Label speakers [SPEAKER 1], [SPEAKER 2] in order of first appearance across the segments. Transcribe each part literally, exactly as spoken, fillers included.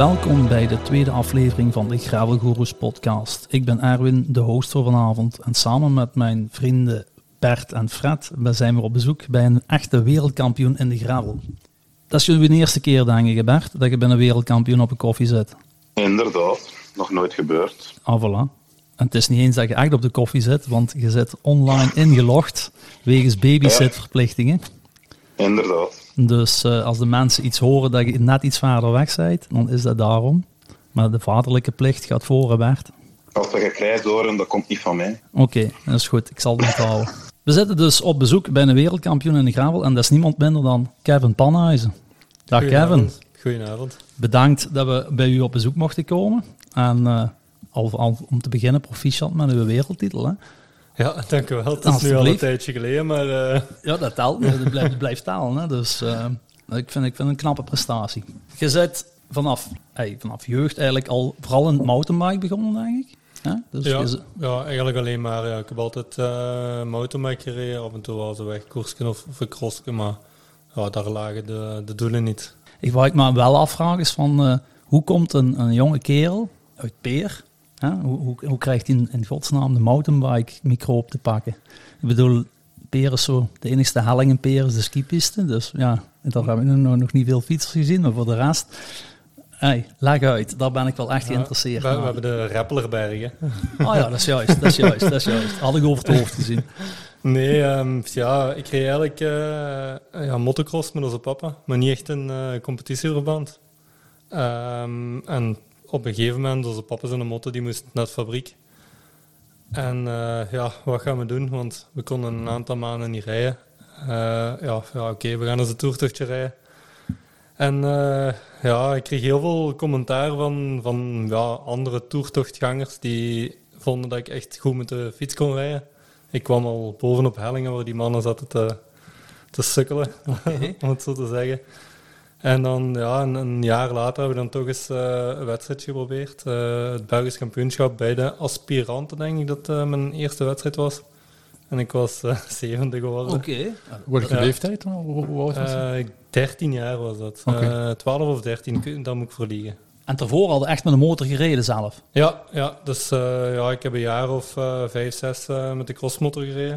[SPEAKER 1] Welkom bij de tweede aflevering van de Gravel Gurus podcast. Ik ben Erwin, de host voor vanavond. En samen met mijn vrienden Bert en Fred zijn we op bezoek bij een echte wereldkampioen in de gravel. Dat is jullie de eerste keer, denk ik, Bert, dat je bij een wereldkampioen op een koffie zit.
[SPEAKER 2] Inderdaad, nog nooit gebeurd.
[SPEAKER 1] Ah, voilà. En het is niet eens dat je echt op de koffie zit, want je zit online ingelogd wegens babysitverplichtingen.
[SPEAKER 2] Ja, inderdaad.
[SPEAKER 1] Dus uh, als de mensen iets horen dat je net iets verder weg bent, dan is dat daarom. Maar de vaderlijke plicht gaat voor, Bert.
[SPEAKER 2] Als we gekrijs horen, dat komt niet van mij.
[SPEAKER 1] Oké, okay, dat is goed. Ik zal het onthouden. We zitten dus op bezoek bij een wereldkampioen in de gravel en dat is niemand minder dan Kevin Panhuizen. Dag Kevin.
[SPEAKER 3] Goedenavond.
[SPEAKER 1] Bedankt dat we bij u op bezoek mochten komen. En uh, al, al om te beginnen proficiat met uw wereldtitel, hè?
[SPEAKER 3] Ja, dank u wel. Het is nu al een tijdje geleden, maar... Uh...
[SPEAKER 1] Ja, dat telt. Dat blijft, blijft talen. Hè. Dus uh, ik, vind, ik vind het een knappe prestatie. Je bent vanaf, hey, vanaf jeugd eigenlijk al vooral in het mountainbike begonnen, denk ik. Ja, dus
[SPEAKER 3] ja,
[SPEAKER 1] je...
[SPEAKER 3] ja, eigenlijk alleen maar. Ja. Ik heb altijd uh, mountainbike gereden. Af en toe was een wegkoersje of, of een crossje, maar ja, daar lagen de, de doelen niet.
[SPEAKER 1] Ik, wat ik me wel afvraag is van, uh, hoe komt een, een jonge kerel uit Peer... Ja, hoe, hoe, hoe krijgt hij in, in godsnaam de mountainbike micro op te pakken? Ik bedoel, Peer is zo, de enigste helling in Peer is de skipiste. Dus ja, daar hebben we nog, nog niet veel fietsers gezien. Maar voor de rest, hey, leg uit. Daar ben ik wel echt
[SPEAKER 3] ja,
[SPEAKER 1] geïnteresseerd
[SPEAKER 3] we, we hebben de Rapplerbergen.
[SPEAKER 1] Ah ja, dat is juist. Dat is juist, dat is juist. Had ik over het hoofd gezien.
[SPEAKER 3] Nee, um, ja, ik reed eigenlijk uh, ja, motocross met onze papa. Maar niet echt een uh, competitieverband. Um, en... Op een gegeven moment, onze papa zijn motto, die moest naar de fabriek. En uh, ja, wat gaan we doen? Want we konden een aantal maanden niet rijden. Uh, ja, ja oké, okay, we gaan eens een toertochtje rijden. En uh, ja, ik kreeg heel veel commentaar van, van ja, andere toertochtgangers die vonden dat ik echt goed met de fiets kon rijden. Ik kwam al bovenop hellingen waar die mannen zaten te, te sukkelen, okay. om het zo te zeggen. En dan, ja, een, een jaar later hebben we dan toch eens uh, een wedstrijdje geprobeerd. Uh, het Belgisch kampioenschap bij de aspiranten, denk ik, dat uh, mijn eerste wedstrijd was. En ik was uh, zevende geworden.
[SPEAKER 1] Oké. Okay.
[SPEAKER 4] Welke ja. leeftijd? Hoe, hoe oud was dat?
[SPEAKER 3] Uh, dertien jaar was dat. Okay. Uh, twaalf of dertien, dat moet ik voor liegen.
[SPEAKER 1] En daarvoor hadden echt met een motor gereden zelf?
[SPEAKER 3] Ja, ja dus uh, ja, ik heb een jaar of uh, vijf, zes uh, met de crossmotor gereden.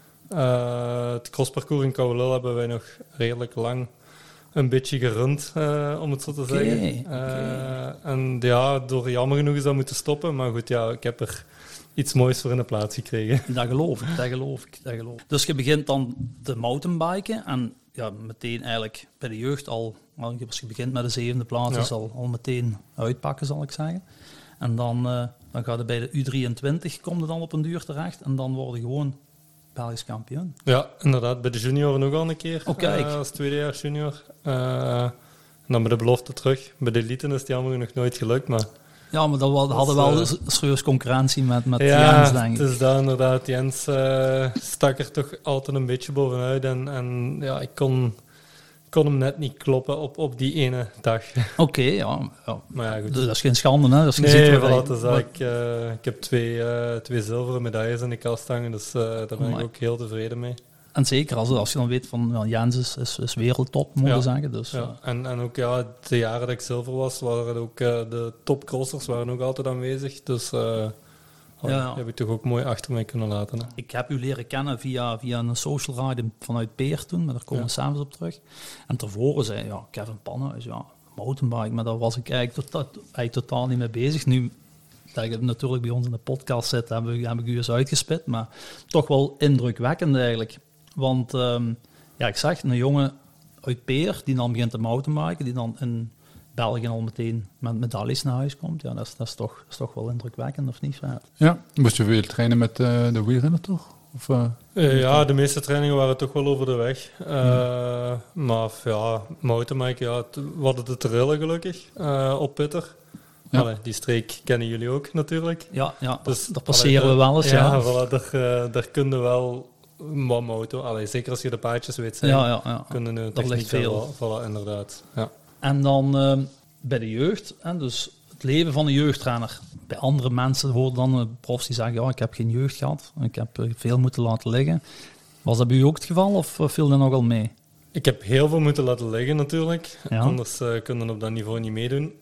[SPEAKER 3] Uh, het crossparcours in Kouwelul hebben wij nog redelijk lang... een beetje gerund, uh, om het zo te okay, zeggen. Uh, okay. En ja, door jammer genoeg is dat moeten stoppen. Maar goed, ja, ik heb er iets moois voor in de plaats gekregen.
[SPEAKER 1] Dat geloof ik, dat geloof ik, dat geloof ik. Dus je begint dan te mountainbiken en ja, meteen eigenlijk bij de jeugd al, als je begint met de zevende plaats, ja. is al, al meteen uitpakken, zal ik zeggen. En dan, uh, dan gaat het bij de U drieëntwintig, komt het dan op een duur terecht en dan worden gewoon Belgisch kampioen.
[SPEAKER 3] Ja, inderdaad. Bij de junioren ook al een keer.
[SPEAKER 1] Oh, kijk.
[SPEAKER 3] Uh, als tweedejaars junior. Uh, en dan bij de belofte terug. Bij de elite is het jammer nog nooit gelukt, maar...
[SPEAKER 1] Ja, maar dat we hadden wel uh, serieus concurrentie met, met
[SPEAKER 3] ja,
[SPEAKER 1] Jens, denk ik.
[SPEAKER 3] Ja, het is dat inderdaad. Jens uh, stak er toch altijd een beetje bovenuit. En, en ja, ik kon, kon hem net niet kloppen op, op die ene dag.
[SPEAKER 1] Oké, okay, ja, ja.
[SPEAKER 3] Maar ja, goed.
[SPEAKER 1] Dat is geen schande, hè? Dat is
[SPEAKER 3] nee,
[SPEAKER 1] ziet
[SPEAKER 3] voilà, dus maar... ik, uh, ik heb twee, uh, twee zilveren medailles in de kast hangen, dus uh, daar ben oh ik ook heel tevreden mee.
[SPEAKER 1] En zeker als, als je dan weet van well, Jens is, is, is wereldtop, moet je ja. zeggen. Dus,
[SPEAKER 3] ja.
[SPEAKER 1] uh.
[SPEAKER 3] en, en ook ja, de jaren dat ik zilver was, waren ook uh, de topcrossers waren ook altijd aanwezig. Dus uh, oh, ja. die heb ik toch ook mooi achter mij kunnen laten. Hè.
[SPEAKER 1] Ik heb u leren kennen via, via een social ride vanuit Peer toen, maar daar komen we ja. s'avonds op terug. En tevoren zei ja, Kevin Panhuis, ja, mountainbike, maar daar was ik eigenlijk totaal, eigenlijk totaal niet mee bezig. Nu dat ik natuurlijk bij ons in de podcast zit, heb ik, heb ik u eens uitgespit, maar toch wel indrukwekkend eigenlijk. Want um, ja, ik zag een jongen uit Peer, die dan begint te mountainbiken, die dan in België al meteen met medailles naar huis komt. Ja, dat is, dat is, toch, dat is toch wel indrukwekkend, of niet?
[SPEAKER 4] Ja, moest je veel trainen met uh, de wielrenner, toch? Of, uh,
[SPEAKER 3] uh, ja, de meeste trainingen waren toch wel over de weg. Uh, ja. Maar ja, mountainbiken, ja, we hadden de trillen gelukkig uh, op Pitter. Ja. Allee, die streek kennen jullie ook natuurlijk.
[SPEAKER 1] Ja, ja dus, daar passeren allee, we wel eens. Ja,
[SPEAKER 3] ja. Voilà, daar, uh, daar kun je wel wat auto. Allee, zeker als je de paadjes weet zijn,
[SPEAKER 1] ja, ja, ja.
[SPEAKER 3] kunnen we
[SPEAKER 1] dat ligt veel.
[SPEAKER 3] Voilà, inderdaad. Ja.
[SPEAKER 1] En dan uh, bij de jeugd, hè, dus het leven van een jeugdtrainer. Bij andere mensen horen dan uh, profs die zeggen, ja, ik heb geen jeugd gehad, ik heb uh, veel moeten laten liggen. Was dat bij u ook het geval of uh, viel dat nogal mee?
[SPEAKER 3] Ik heb heel veel moeten laten liggen natuurlijk,
[SPEAKER 1] ja.
[SPEAKER 3] anders uh, kunnen we op dat niveau niet meedoen.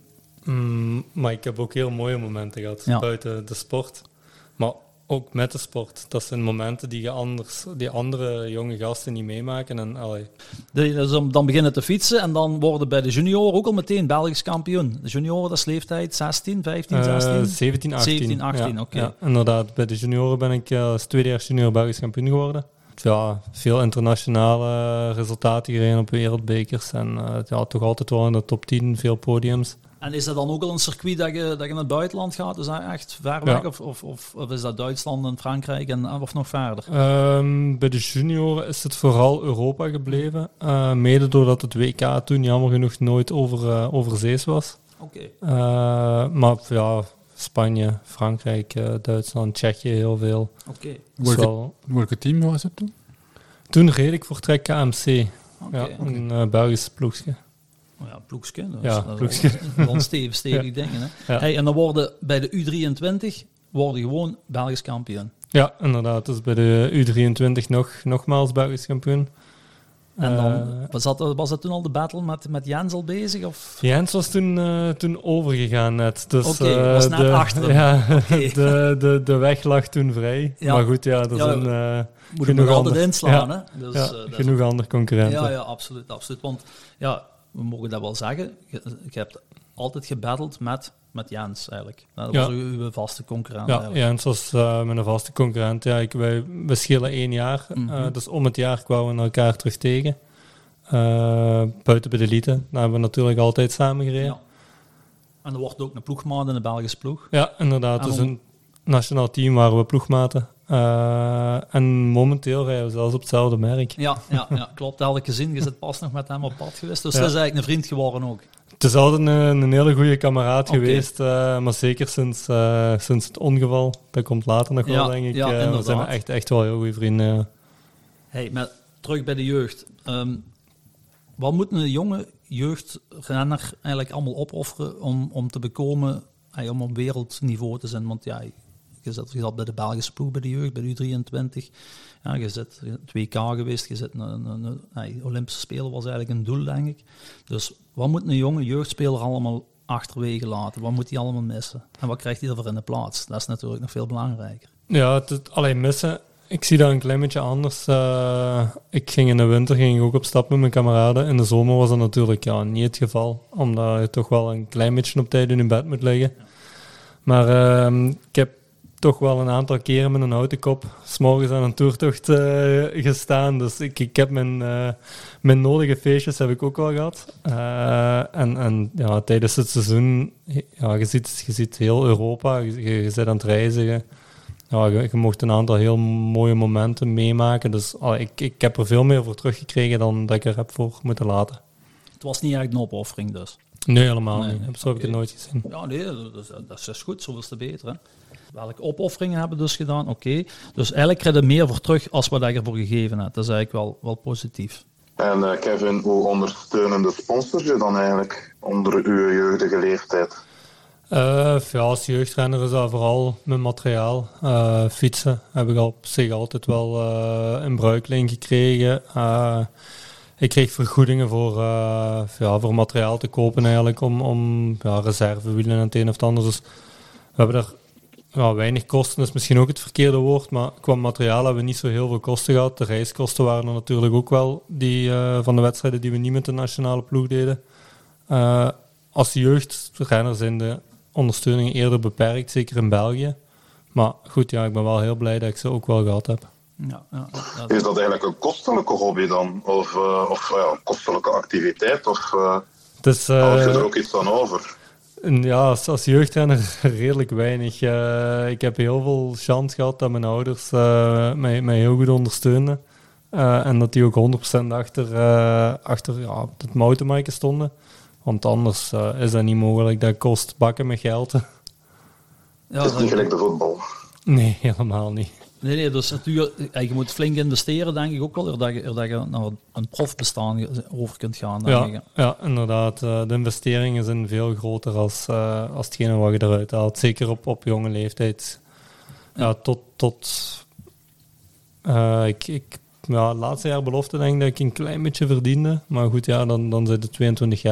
[SPEAKER 3] Mm, maar ik heb ook heel mooie momenten gehad
[SPEAKER 1] Ja.
[SPEAKER 3] buiten de sport. Maar ook met de sport. Dat zijn momenten die, je anders, die andere jonge gasten niet meemaken. En, allee,
[SPEAKER 1] De, dus om- dan beginnen te fietsen en dan worden bij de junioren ook al meteen Belgisch kampioen. De junioren, dat is leeftijd zestien, vijftien,
[SPEAKER 3] eh,
[SPEAKER 1] zestien?
[SPEAKER 3] zeventien, achttien.
[SPEAKER 1] zeventien, achttien,
[SPEAKER 3] ja,
[SPEAKER 1] oké.
[SPEAKER 3] ja, inderdaad. Bij de junioren ben ik uh, als tweedejaars junior Belgisch kampioen geworden. Ja, veel internationale resultaten gereden op wereldbekers. En uh, ja, toch altijd wel in de top tien, veel podiums.
[SPEAKER 1] En is dat dan ook al een circuit dat je, dat je naar het buitenland gaat? Is dat echt ver weg?
[SPEAKER 3] Ja.
[SPEAKER 1] Of, of, of, of is dat Duitsland en Frankrijk en, of nog verder?
[SPEAKER 3] Um, bij de junioren is het vooral Europa gebleven. Uh, mede doordat het W K toen jammer genoeg nooit over, uh, overzees was.
[SPEAKER 1] Oké.
[SPEAKER 3] Uh, maar ja, Spanje, Frankrijk, uh, Duitsland, Tsjechië heel veel.
[SPEAKER 1] Oké.
[SPEAKER 3] Dus
[SPEAKER 4] Welke,
[SPEAKER 3] wel-
[SPEAKER 4] welke team was het toen?
[SPEAKER 3] Toen reed ik voor Trek K M C.
[SPEAKER 1] Oké.
[SPEAKER 3] Ja, een uh, Belgisch ploegje.
[SPEAKER 1] Oh ja, ploegsken. Dus
[SPEAKER 3] Ja,
[SPEAKER 1] dat
[SPEAKER 3] ploegsken.
[SPEAKER 1] is wel stevig, stevig
[SPEAKER 3] Ja.
[SPEAKER 1] dingen. Hè?
[SPEAKER 3] Ja.
[SPEAKER 1] Hey, en dan worden bij de U drieëntwintig worden gewoon Belgisch kampioen.
[SPEAKER 3] Ja, inderdaad. Dus bij de U drieëntwintig nog, nogmaals Belgisch kampioen.
[SPEAKER 1] En dan,
[SPEAKER 3] Uh,
[SPEAKER 1] was, dat, was dat toen al de battle met, met Jens al bezig? Of?
[SPEAKER 3] Jens was toen, uh, toen overgegaan net. Dus,
[SPEAKER 1] Oké,
[SPEAKER 3] uh,
[SPEAKER 1] was net
[SPEAKER 3] de,
[SPEAKER 1] achter hem.
[SPEAKER 3] Ja,
[SPEAKER 1] Oké.
[SPEAKER 3] de, de, de weg lag toen vrij.
[SPEAKER 1] Ja.
[SPEAKER 3] Maar goed, ja, er
[SPEAKER 1] Ja,
[SPEAKER 3] zijn uh,
[SPEAKER 1] Moet je
[SPEAKER 3] genoeg
[SPEAKER 1] nog altijd
[SPEAKER 3] ander-
[SPEAKER 1] inslaan,
[SPEAKER 3] ja,
[SPEAKER 1] hè? Dus,
[SPEAKER 3] ja,
[SPEAKER 1] eh, dat is-
[SPEAKER 3] genoeg andere concurrenten.
[SPEAKER 1] Ja, ja, absoluut, absoluut. Want ja, we mogen dat wel zeggen. Je, je hebt altijd gebatteld met, met Jens, eigenlijk. Dat
[SPEAKER 3] Ja.
[SPEAKER 1] was uw, uw vaste concurrent,
[SPEAKER 3] Ja,
[SPEAKER 1] eigenlijk.
[SPEAKER 3] Jens was uh, mijn vaste concurrent. Ja, ik, wij, we schelen één jaar.
[SPEAKER 1] Mhm.
[SPEAKER 3] Uh, dus om het jaar kwamen we elkaar terug tegen. Uh, buiten bij de elite. Daar hebben we natuurlijk altijd samen gereden.
[SPEAKER 1] Ja. En er wordt ook een ploegmaat in de Belgische ploeg.
[SPEAKER 3] Ja, inderdaad.
[SPEAKER 1] En
[SPEAKER 3] Dus
[SPEAKER 1] om-
[SPEAKER 3] een nationaal team waren we ploegmaten. Uh, en momenteel rijden we zelfs op hetzelfde merk.
[SPEAKER 1] Ja, ja, ja, klopt. Dat had ik gezien. Je zit pas nog met hem op pad geweest. Dus
[SPEAKER 3] Ja.
[SPEAKER 1] dat is eigenlijk een vriend geworden ook.
[SPEAKER 3] Het is altijd een, een hele goede kameraad
[SPEAKER 1] Oké.
[SPEAKER 3] geweest, uh, maar zeker sinds, uh, sinds het ongeval. Dat komt later nog wel,
[SPEAKER 1] Ja,
[SPEAKER 3] denk ik.
[SPEAKER 1] ja,
[SPEAKER 3] Uh, we
[SPEAKER 1] inderdaad.
[SPEAKER 3] zijn echt, echt wel heel goede vrienden. Ja.
[SPEAKER 1] Hey, maar terug bij de jeugd. Ehm, wat moet een jonge jeugdrenner eigenlijk allemaal opofferen om, om te bekomen, hey, om op wereldniveau te zijn? Want ja, je zat, je zat bij de Belgische ploeg, bij de jeugd, bij de U drieëntwintig. Ja, je zit het W K geweest, je zit een, een, een, hey, Olympische Spelen was eigenlijk een doel, denk ik. Dus wat moet een jonge jeugdspeler allemaal achterwege laten? Wat moet hij allemaal missen? En wat krijgt hij ervoor in de plaats? Dat is natuurlijk nog veel belangrijker.
[SPEAKER 3] Ja, het, het- alleen missen. Ik zie dat een klein beetje anders. Uh, ik ging in de winter ging ik ook op stap met mijn kameraden. In de zomer was dat natuurlijk ja, niet het geval. Omdat je toch wel een klein beetje op tijd in je bed moet liggen. Maar uh, ik heb toch wel een aantal keren met een houten kop 's morgens aan een toertocht uh, gestaan. Dus ik, ik heb mijn, uh, mijn nodige feestjes heb ik ook wel gehad. Uh, en en ja, tijdens het seizoen, ja, je, ziet, je ziet heel Europa. Je, je, je zit aan het reizen. Je, ja, je, je mocht een aantal heel mooie momenten meemaken. Dus uh, ik, ik heb er veel meer voor teruggekregen dan dat ik er heb voor moeten laten.
[SPEAKER 1] Het was niet echt een opoffering dus.
[SPEAKER 3] Nee, helemaal
[SPEAKER 1] Nee,
[SPEAKER 3] niet. Zo heb ik het
[SPEAKER 1] oké.
[SPEAKER 3] nooit gezien.
[SPEAKER 1] Ja, nee, dat is, dat is goed, zo is het beter. Hè. Welke opofferingen hebben we dus gedaan? Oké. Dus eigenlijk krijg je er meer voor terug als wat je ervoor gegeven hebt. Dat is eigenlijk wel, wel positief.
[SPEAKER 2] En uh, Kevin, hoe ondersteunen de sponsors je dan eigenlijk onder uw jeugdige leeftijd?
[SPEAKER 3] Uh, ja, als jeugdrenner is dat vooral mijn materiaal. Uh, fietsen heb ik op zich altijd wel uh, in bruikleen gekregen. Uh, ik kreeg vergoedingen voor, uh, ja, voor materiaal te kopen eigenlijk, om, om ja, reservewielen en het een of het ander. Dus we hebben er ja, weinig kosten, is misschien ook het verkeerde woord, maar qua materiaal hebben we niet zo heel veel kosten gehad. De reiskosten waren er natuurlijk ook wel, die, uh, van de wedstrijden die we niet met de nationale ploeg deden. Uh, als jeugdrenner zijn de ondersteuningen eerder beperkt, zeker in België. Maar goed, ja, ik ben wel heel blij dat ik ze ook wel gehad heb.
[SPEAKER 1] Ja, ja, dat-
[SPEAKER 2] Is dat eigenlijk een kostelijke hobby dan? Of, uh, of uh, ja, een kostelijke activiteit? Of uh,
[SPEAKER 3] Dus,
[SPEAKER 2] houd je
[SPEAKER 3] uh,
[SPEAKER 2] er ook iets aan over?
[SPEAKER 3] ja, als, als jeugdrenner redelijk weinig. Uh, ik heb heel veel chance gehad dat mijn ouders uh, mij, mij heel goed ondersteunden. Uh, en dat die ook honderd procent achter, uh, achter ja, het mountainbiken stonden. Want anders uh, is dat niet mogelijk. Dat kost bakken met geld.
[SPEAKER 1] ja,
[SPEAKER 2] Het is
[SPEAKER 1] dat-
[SPEAKER 2] niet gelijk de voetbal.
[SPEAKER 3] Nee, helemaal niet.
[SPEAKER 1] nee, nee, dus natuurlijk, eh, je moet flink investeren, denk ik ook wel, dat je, dat je naar een profbestaan ge- over kunt gaan. Denk
[SPEAKER 3] Ja,
[SPEAKER 1] ik.
[SPEAKER 3] ja, inderdaad. Uh, de investeringen zijn veel groter als, uh, als hetgene wat je eruit haalt. Zeker op, op jonge leeftijd. Ja, tot... tot uh, ik, ik, ja, het laatste jaar belofte denk ik dat ik een klein beetje verdiende. Maar goed, ja, dan, dan zit het tweeëntwintig jaar.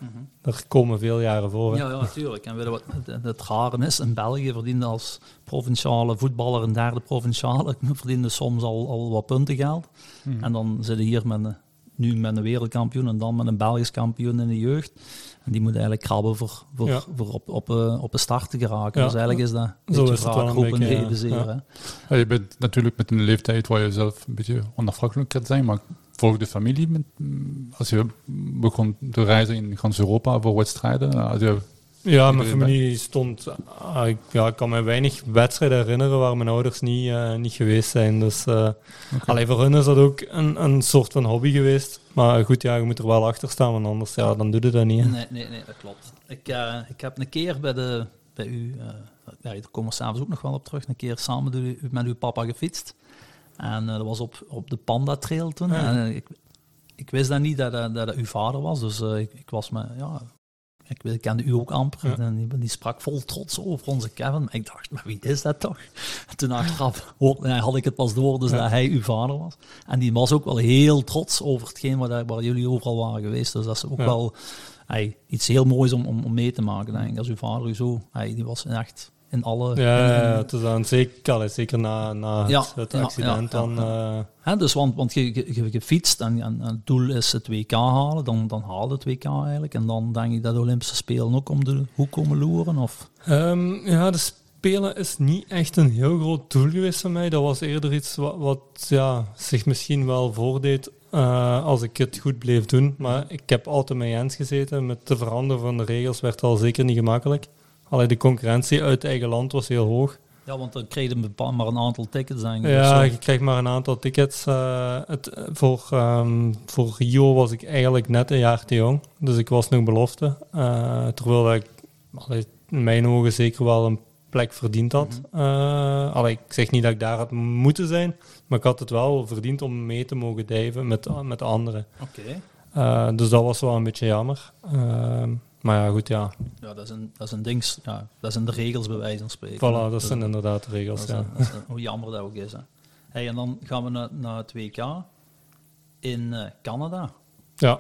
[SPEAKER 1] Mm-hmm.
[SPEAKER 3] Daar komen veel jaren voor.
[SPEAKER 1] Ja, ja, natuurlijk. En weet je wat het, het rare is? In België verdiende als provinciale voetballer een derde provinciale verdiende soms al, al wat puntengeld. Mm. En dan zitten hier met een, nu met een wereldkampioen en dan met een Belgisch kampioen in de jeugd. En die moet eigenlijk krabben voor, voor, ja. voor op, op, op, op een start te geraken. Ja. Dus eigenlijk is dat een
[SPEAKER 3] Zo
[SPEAKER 1] beetje
[SPEAKER 3] is het wel een beetje,
[SPEAKER 1] realiseren.
[SPEAKER 3] ja.
[SPEAKER 4] Ja, je bent natuurlijk met een leeftijd waar je zelf een beetje onafhankelijk kunt zijn, maar volg de familie, met, als je begon te reizen in gans Europa voor wedstrijden? Als je
[SPEAKER 3] ja, mijn familie stond... Uh, ik, ja, ik kan me weinig wedstrijden herinneren waar mijn ouders niet, uh, niet geweest zijn. Dus uh, okay. Allee, voor hun is dat ook een, een soort van hobby geweest. Maar goed, ja, je moet er wel achter staan, want anders ja, dan doe je dat niet. Hè.
[SPEAKER 1] Nee, nee, nee, dat klopt. Ik, uh, ik heb een keer bij, de, bij u, uh, ja, daar komen we s'avonds ook nog wel op terug, een keer samen met uw papa gefietst. En uh, dat was op, op de Panda Trail toen. Ja. En, uh, ik, ik wist dan niet dat, dat, dat dat uw vader was, dus uh, ik, ik was me, ja... Ik, ik kende u ook amper. Ja. En die, die sprak vol trots over onze Kevin. Maar ik dacht, maar wie is dat toch? En toen achteraf had ik het pas door, dus ja. dat hij uw vader was. En die was ook wel heel trots over hetgeen waar, waar jullie overal waren geweest. Dus dat is ook ja. wel hey, iets heel moois om, om, om mee te maken, denk ik. Als uw vader u zo... Hey, die was echt... In alle,
[SPEAKER 3] ja,
[SPEAKER 1] in,
[SPEAKER 3] ja, het is dan zeker, allee, zeker na, na ja, het, het accident. Ja, ja, dan, ja. Uh...
[SPEAKER 1] Ja, dus want, want je, je, je fietst en, en, en het doel is het W K halen, dan, dan haal je het W K eigenlijk. En dan denk ik dat de Olympische Spelen ook om de hoek komen loeren? Of?
[SPEAKER 3] Um, ja, de Spelen is niet echt een heel groot doel geweest van mij. Dat was eerder iets wat, wat ja, zich misschien wel voordeed uh, als ik het goed bleef doen. Maar ik heb altijd met Jens gezeten. Met te veranderen van de regels werd al zeker niet gemakkelijk. Allee, de concurrentie uit eigen land was heel hoog.
[SPEAKER 1] Ja, want dan kreeg je maar een aantal tickets eigenlijk.
[SPEAKER 3] Ja, je krijgt maar een aantal tickets. Uh, het, voor, um, voor Rio was ik eigenlijk net een jaar te jong. Dus ik was nog belofte. Uh, terwijl ik allee, in mijn ogen zeker wel een plek verdiend had. Uh, allee, ik zeg niet dat ik daar had moeten zijn. Maar ik had het wel verdiend om mee te mogen dijven met, met anderen.
[SPEAKER 1] Oké.
[SPEAKER 3] Okay. Uh, dus dat was wel een beetje jammer. Uh, Maar ja, goed, ja.
[SPEAKER 1] Ja, dat is een, dat is een ding, ja, dat zijn de regels bij wijze van spreken.
[SPEAKER 3] Voilà, dat zijn inderdaad de regels,
[SPEAKER 1] dat
[SPEAKER 3] ja.
[SPEAKER 1] Een, dat is een, hoe jammer dat ook is, hè. Hey, en dan gaan we naar, naar het W K in uh, Canada.
[SPEAKER 3] Ja.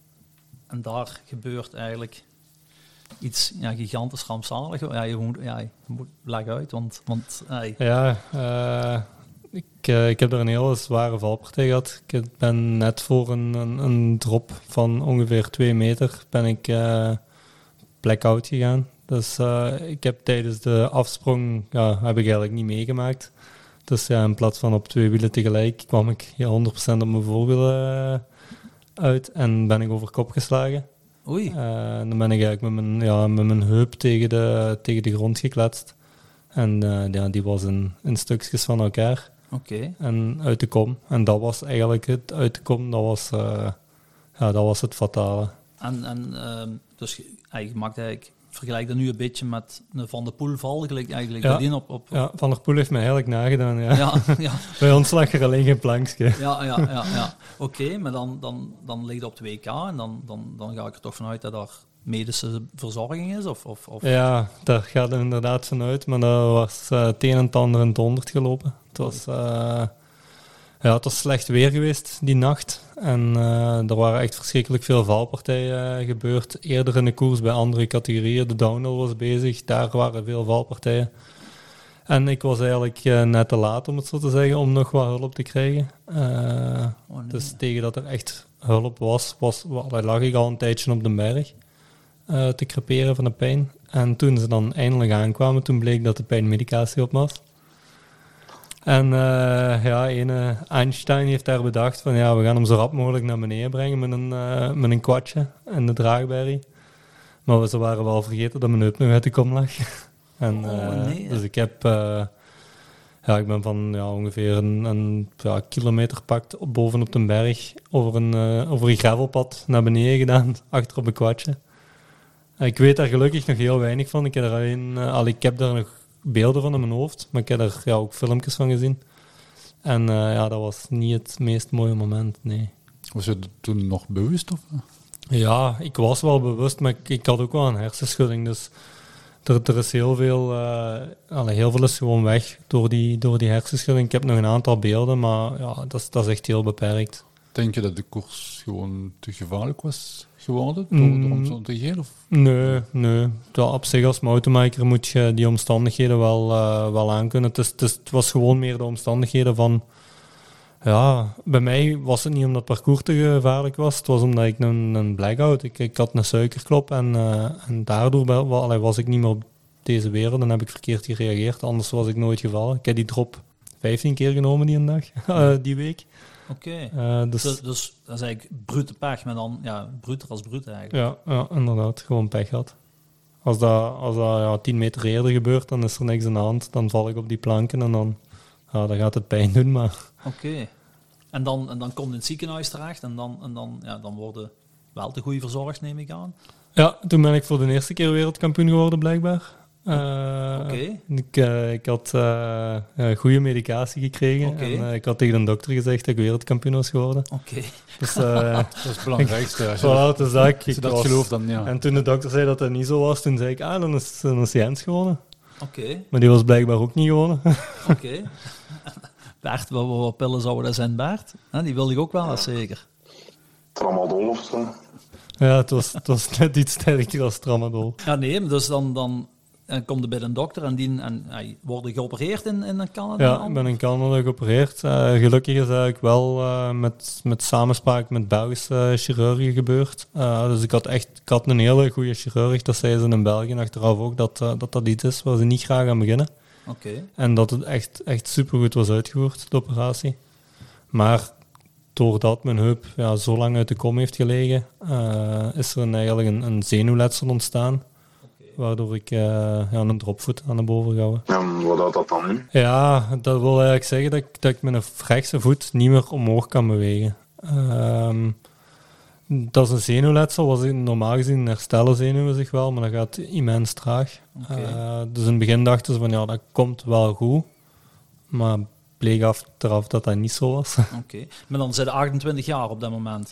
[SPEAKER 1] En daar gebeurt eigenlijk iets ja, gigantisch rampzalig. Ja, je moet, ja, je moet leg uit, want... want hey.
[SPEAKER 3] Ja, uh, ik, uh, ik heb er een hele zware valpartij gehad. Ik ben net voor een, een, een drop van ongeveer twee meter ben ik uh, blackout gegaan. Dus uh, ik heb tijdens de afsprong, ja, heb ik eigenlijk niet meegemaakt. Dus ja, in plaats van op twee wielen tegelijk kwam ik ja, honderd procent op mijn voorwielen uh, uit en ben ik over kop geslagen.
[SPEAKER 1] Oei.
[SPEAKER 3] Uh, dan ben ik eigenlijk met mijn, ja, met mijn heup tegen de, tegen de grond gekletst. En uh, ja, die was in, in stukjes van elkaar.
[SPEAKER 1] Oké. Okay.
[SPEAKER 3] En uit de kom. En dat was eigenlijk het uit de kom, dat was, uh, ja, dat was het fatale.
[SPEAKER 1] En, en uh, dus je maakt eigenlijk, vergelijk dat nu een beetje met een Van der Poel val, gelijk eigenlijk
[SPEAKER 3] ja.
[SPEAKER 1] in op, op...
[SPEAKER 3] Ja, Van der Poel heeft mij eigenlijk nagedaan, ja.
[SPEAKER 1] ja, ja.
[SPEAKER 3] Bij ons lag er alleen geen plankje.
[SPEAKER 1] Ja, ja, ja. ja. Oké, okay, maar dan, dan, dan ligt het op het W K en dan, dan, dan ga ik er toch vanuit dat daar medische verzorging is? Of, of, of?
[SPEAKER 3] Ja, daar gaat het inderdaad vanuit, maar dat was uh, het een en het ander in het honderd gelopen. Het was, uh, ja, het was slecht weer geweest die nacht en uh, er waren echt verschrikkelijk veel valpartijen uh, gebeurd. Eerder in de koers bij andere categorieën, de downhill was bezig, daar waren veel valpartijen. En ik was eigenlijk uh, net te laat, om het zo te zeggen, om nog wat hulp te krijgen. Uh, oh, nee. Dus tegen dat er echt hulp was, was well, lag ik al een tijdje op de berg. Uh, te creperen van de pijn. En toen ze dan eindelijk aankwamen, toen bleek dat de pijnmedicatie op was. En uh, ja, ene Einstein heeft daar bedacht van ja, we gaan hem zo rap mogelijk naar beneden brengen met een, uh, met een kwartje en de draagberry. Maar ze waren wel vergeten dat mijn heup nog uit de kom lag. en, uh, oh, nee, dus ik heb... Uh, ja, ik ben van ja, ongeveer een, een ja, kilometer pakt op, bovenop de berg over een, uh, over een gravelpad naar beneden gedaan, achter op een kwartje. Ik weet daar gelukkig nog heel weinig van. Ik heb, er alleen, uh, al, ik heb daar nog beelden van in mijn hoofd, maar ik heb er ja, ook filmpjes van gezien. En uh, ja, dat was niet het meest mooie moment, nee.
[SPEAKER 4] Was je toen nog bewust? Of?
[SPEAKER 3] Ja, ik was wel bewust, maar ik, ik had ook wel een hersenschudding. Dus er, er is heel veel, uh, allee, heel veel is gewoon weg door die, door die hersenschudding. Ik heb nog een aantal beelden, maar ja, dat, is, dat is echt heel beperkt.
[SPEAKER 4] denk je dat de koers gewoon te gevaarlijk was geworden door
[SPEAKER 3] Mm.
[SPEAKER 4] de omstandigheden? Of?
[SPEAKER 3] Nee, nee. Ja, op zich als mountainbiker moet je die omstandigheden wel, uh, wel aankunnen. Het, is, het, is, het was gewoon meer de omstandigheden van... Ja, bij mij was het niet omdat het parcours te gevaarlijk was. Het was omdat ik een, een blackout... Ik, ik had een suikerklop en, uh, en daardoor wel, wel, was ik niet meer op deze wereld. Dan heb ik verkeerd gereageerd. Anders was ik nooit gevallen. Ik heb die drop vijftien keer genomen die een dag, uh, die week.
[SPEAKER 1] Oké.
[SPEAKER 3] Okay. Uh, dus,
[SPEAKER 1] dus, dus dat is eigenlijk brute pech, maar dan ja, bruter als brute eigenlijk.
[SPEAKER 3] Ja, ja, inderdaad. Gewoon pech gehad. Als dat, als dat ja, tien meter eerder gebeurt, dan is er niks aan de hand. Dan val ik op die planken en dan, ja, dan gaat het pijn doen. Maar...
[SPEAKER 1] Oké. Okay. En dan, en dan komt in het ziekenhuis terecht en dan, en dan, ja, dan worden wel te goed verzorgd, neem ik aan.
[SPEAKER 3] Ja, toen ben ik voor de eerste keer wereldkampioen geworden, blijkbaar. Uh,
[SPEAKER 1] Oké. Okay.
[SPEAKER 3] Ik, uh, ik had uh, uh, goede medicatie gekregen.
[SPEAKER 1] Okay.
[SPEAKER 3] En uh, ik had tegen de dokter gezegd dat ik wereldkampioen was geworden.
[SPEAKER 1] Oké. Okay.
[SPEAKER 3] Dus, uh,
[SPEAKER 4] dat is het belangrijkste. Als je
[SPEAKER 3] voilà, dus dat, ik,
[SPEAKER 4] ik dat
[SPEAKER 3] was,
[SPEAKER 4] geloof, dan ja.
[SPEAKER 3] En toen de dokter zei dat dat niet zo was, toen zei ik, ah, dan is, dan is Jens gewonnen.
[SPEAKER 1] Oké. Okay.
[SPEAKER 3] Maar die was blijkbaar ook niet gewonnen.
[SPEAKER 1] Oké. Okay. Bert, wat, wat pillen zouden dat zijn, Bert? He, die wilde ik ook wel, ja. Zeker.
[SPEAKER 2] Tramadol of zo.
[SPEAKER 3] Ja, het was, het was net iets sterker als tramadol.
[SPEAKER 1] Ja, nee, dus dan, dan en kom je bij een dokter en die en, uh, word je geopereerd in, in Canada?
[SPEAKER 3] Ja, ik ben in Canada geopereerd. Uh, gelukkig is dat ook wel uh, met, met samenspraak met Belgische chirurgen gebeurd. Uh, dus ik had echt ik had een hele goede chirurg. Dat zei ze in België achteraf ook, dat, uh, dat dat iets is waar ze niet graag aan beginnen.
[SPEAKER 1] Okay.
[SPEAKER 3] En dat het echt, echt supergoed was uitgevoerd, de operatie. Maar doordat mijn heup ja, zo lang uit de kom heeft gelegen, uh, is er een, eigenlijk een, een zenuwletsel ontstaan. Okay. Waardoor ik uh, ja, een dropvoet aan de boven gehouden.
[SPEAKER 2] En wat houdt dat dan nu?
[SPEAKER 3] Ja, dat wil eigenlijk zeggen dat ik, dat ik mijn rechtse voet niet meer omhoog kan bewegen. Um, dat is een zenuwletsel. Was normaal gezien herstellen zenuwen zich wel, maar dat gaat immens traag. Okay. Uh, dus in het begin dachten ze van ja, dat komt wel goed. Maar bleek achteraf dat dat niet zo was.
[SPEAKER 1] Oké, okay. Maar dan zijn je achtentwintig jaar op dat moment?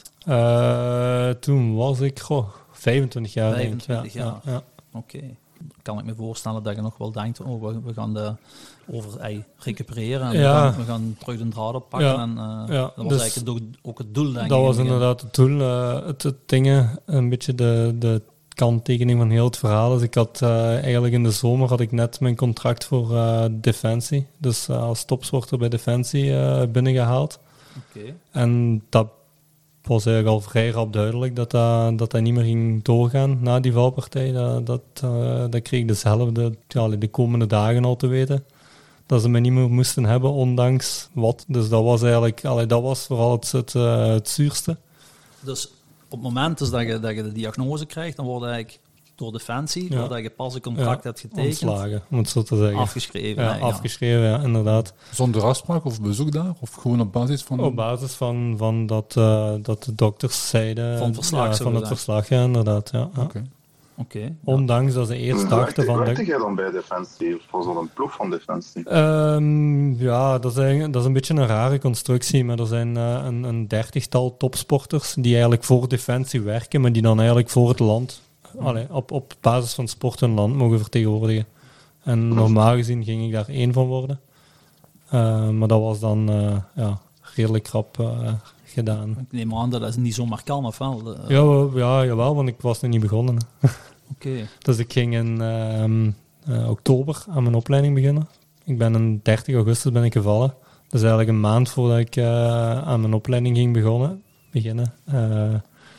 [SPEAKER 3] Uh, toen was ik goh, vijfentwintig jaar.
[SPEAKER 1] vijfentwintig
[SPEAKER 3] denk ik.
[SPEAKER 1] jaar?
[SPEAKER 3] Ja, ja.
[SPEAKER 1] Oké. Okay. Kan ik me voorstellen dat je nog wel denkt, oh, we, we gaan de over ei recupereren en
[SPEAKER 3] ja.
[SPEAKER 1] we, gaan, we gaan terug de draad oppakken.
[SPEAKER 3] Ja.
[SPEAKER 1] En, uh,
[SPEAKER 3] ja.
[SPEAKER 1] Dat was
[SPEAKER 3] dus
[SPEAKER 1] eigenlijk het, ook het doel, denk
[SPEAKER 3] dat
[SPEAKER 1] ik.
[SPEAKER 3] was inderdaad het doel. Uh, het, het dingen, een beetje de, de kanttekening van heel het verhaal. Dus ik had uh, eigenlijk in de zomer had ik net mijn contract voor uh, Defensie. Dus uh, als topsporter bij Defensie uh, binnengehaald.
[SPEAKER 1] Okay.
[SPEAKER 3] En dat was eigenlijk al vrij rap duidelijk dat dat, dat dat niet meer ging doorgaan na die valpartij. Dat, dat, uh, dat kreeg ik dezelfde ja, de komende dagen al te weten. Dat ze me niet meer moesten hebben, ondanks wat. Dus dat was eigenlijk, allee, dat was vooral het, het, uh, het zuurste.
[SPEAKER 1] Dus op het moment dus dat, je, dat je de diagnose krijgt, dan word je eigenlijk door Defensie, ja. doordat je pas een contract ja. hebt getekend,
[SPEAKER 3] ontslagen, om het zo te zeggen.
[SPEAKER 1] Afgeschreven.
[SPEAKER 3] Ja, afgeschreven, ja, inderdaad.
[SPEAKER 4] Zonder afspraak of bezoek daar? Of gewoon op basis van...
[SPEAKER 3] Op basis van, van dat, uh, dat de dokters zeiden...
[SPEAKER 1] Van het verslag,
[SPEAKER 3] ja, van het verslag, ja, inderdaad. Ja, ja.
[SPEAKER 4] Okay.
[SPEAKER 1] Okay,
[SPEAKER 3] ondanks ja. dat ze eerst dachten van...
[SPEAKER 2] Werkte jij dan bij Defensie? Of was dat een ploeg van Defensie?
[SPEAKER 3] Um, ja, dat is, dat is een beetje een rare constructie. Maar er zijn uh, een, een dertigtal topsporters die eigenlijk voor Defensie werken, maar die dan eigenlijk voor het land... Allee, op, op basis van sport hun land mogen vertegenwoordigen. En normaal gezien ging ik daar één van worden. Uh, maar dat was dan uh, ja, redelijk rap uh, gedaan.
[SPEAKER 1] Ik neem aan dat dat niet zomaar kan, of wel? Uh,
[SPEAKER 3] ja, wel, ja, jawel, want ik was nog niet begonnen. Oké.
[SPEAKER 1] Okay.
[SPEAKER 3] Dus ik ging in uh, uh, oktober aan mijn opleiding beginnen. Ik ben in dertig augustus ben ik gevallen. Dus eigenlijk een maand voordat ik uh, aan mijn opleiding ging begonnen, beginnen. Uh,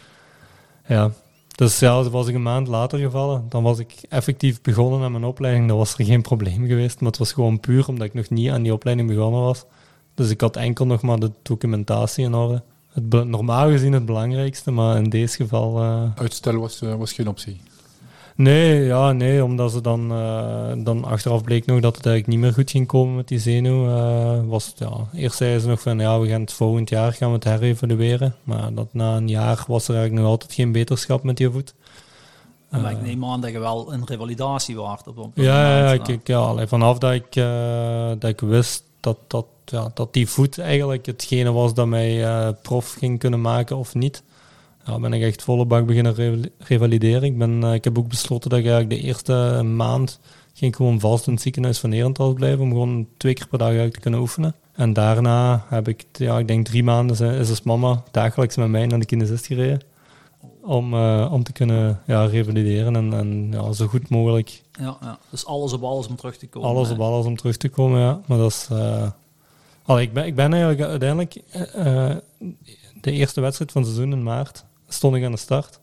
[SPEAKER 3] ja... Dus ja, was ik een maand later gevallen. Dan was ik effectief begonnen aan mijn opleiding. Dan was er geen probleem geweest. Maar het was gewoon puur omdat ik nog niet aan die opleiding begonnen was. Dus ik had enkel nog maar de documentatie in orde. Het be- normaal gezien het belangrijkste, maar in deze geval... Uh...
[SPEAKER 4] Uitstel was, uh, was geen optie?
[SPEAKER 3] Nee, ja, nee, omdat ze dan, uh, dan achteraf bleek nog dat het eigenlijk niet meer goed ging komen met die zenuw. Uh, was, ja, eerst zeiden ze nog van, ja, we gaan het volgend jaar gaan we het herevalueren. Maar dat na een jaar was er eigenlijk nog altijd geen beterschap met die voet.
[SPEAKER 1] Uh, maar ik neem aan dat je wel een revalidatie waard op, op
[SPEAKER 3] ja, ja, ik, ik, ja allee, vanaf dat ik, uh, dat ik wist dat, dat, ja, dat die voet eigenlijk hetgene was dat mij uh, prof ging kunnen maken of niet... Ja, ben ik echt volle bak beginnen re- revalideren. Ik, ben, uh, ik heb ook besloten dat ik eigenlijk de eerste maand ging gewoon vast in het ziekenhuis van Herentals blijven om gewoon twee keer per dag uit te kunnen oefenen. En daarna heb ik, ja, ik denk drie maanden is als mama dagelijks met mij naar de kinesist gereden. Om, uh, om te kunnen ja, revalideren en, en ja, zo goed mogelijk.
[SPEAKER 1] Ja, ja, dus alles op alles om terug te komen.
[SPEAKER 3] Alles
[SPEAKER 1] hè?
[SPEAKER 3] op alles om terug te komen, ja. Maar dat is... Uh, allee, ik, ben, ik ben eigenlijk uiteindelijk... Uh, de eerste wedstrijd van het seizoen in maart stond ik aan de start.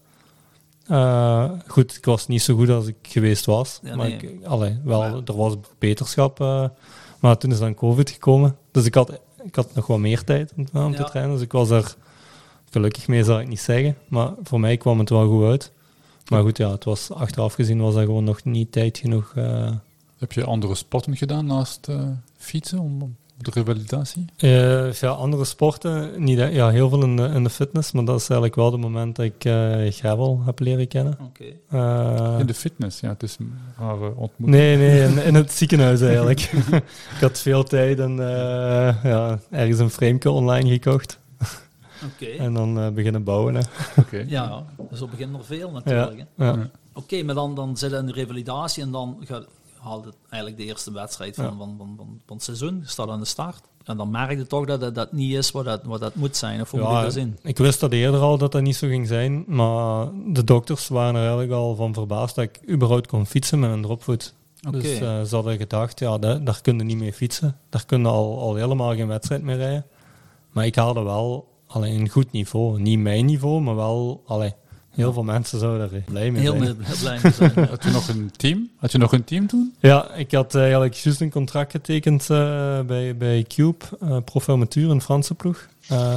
[SPEAKER 3] Uh, goed, ik was niet zo goed als ik geweest was.
[SPEAKER 1] Ja,
[SPEAKER 3] maar
[SPEAKER 1] nee.
[SPEAKER 3] ik, allee, wel, ja. Er was beterschap. Uh, maar toen is dan COVID gekomen. Dus ik had, ik had nog wat meer tijd om, om ja. te trainen. Dus ik was er gelukkig mee, zal ik niet zeggen. Maar voor mij kwam het wel goed uit. Maar goed, ja, het was, achteraf gezien was dat gewoon nog niet tijd genoeg. Uh,
[SPEAKER 4] Heb je andere sporten gedaan naast uh, fietsen, om de revalidatie?
[SPEAKER 3] Uh, ja, andere sporten, niet, ja, heel veel in de, in de fitness, maar dat is eigenlijk wel het moment dat ik uh, gravel heb leren kennen.
[SPEAKER 1] Okay.
[SPEAKER 3] Uh,
[SPEAKER 4] in de fitness, ja, het is een rare ontmoeting.
[SPEAKER 3] Nee, nee, in, in het ziekenhuis eigenlijk. Ik had veel tijd en uh, ja, ergens een frameke online gekocht.
[SPEAKER 1] Okay.
[SPEAKER 3] En dan uh, beginnen bouwen. Hè.
[SPEAKER 4] Okay.
[SPEAKER 1] Ja, dus op begin er veel natuurlijk.
[SPEAKER 3] Ja,
[SPEAKER 1] ja.
[SPEAKER 3] ja.
[SPEAKER 1] Oké, okay, maar dan, dan zit je in de revalidatie en dan gaat, haalt het eigenlijk de eerste wedstrijd van, ja. van, van, van, van het seizoen. Je staat aan de start. En dan merk je toch dat het dat niet is wat dat, wat dat moet zijn. Of hoe
[SPEAKER 3] ja,
[SPEAKER 1] moet je dat zien?
[SPEAKER 3] Ik wist dat eerder al dat dat niet zo ging zijn. Maar de dokters waren er eigenlijk al van verbaasd dat ik überhaupt kon fietsen met een dropvoet. Okay. Dus uh, ze hadden gedacht, ja, daar, daar kun je niet mee fietsen. Daar kun je al, al helemaal geen wedstrijd mee rijden. Maar ik haalde wel allee, een goed niveau. Niet mijn niveau, maar wel... Allee, heel veel mensen zouden er blij mee
[SPEAKER 1] heel
[SPEAKER 3] zijn.
[SPEAKER 1] Heel blij mee zijn. Ja.
[SPEAKER 4] Had je nog een team? Had je nog een team toen?
[SPEAKER 3] Ja, ik had eigenlijk juist een contract getekend uh, bij, bij Cube, uh, Proformature, een Franse ploeg.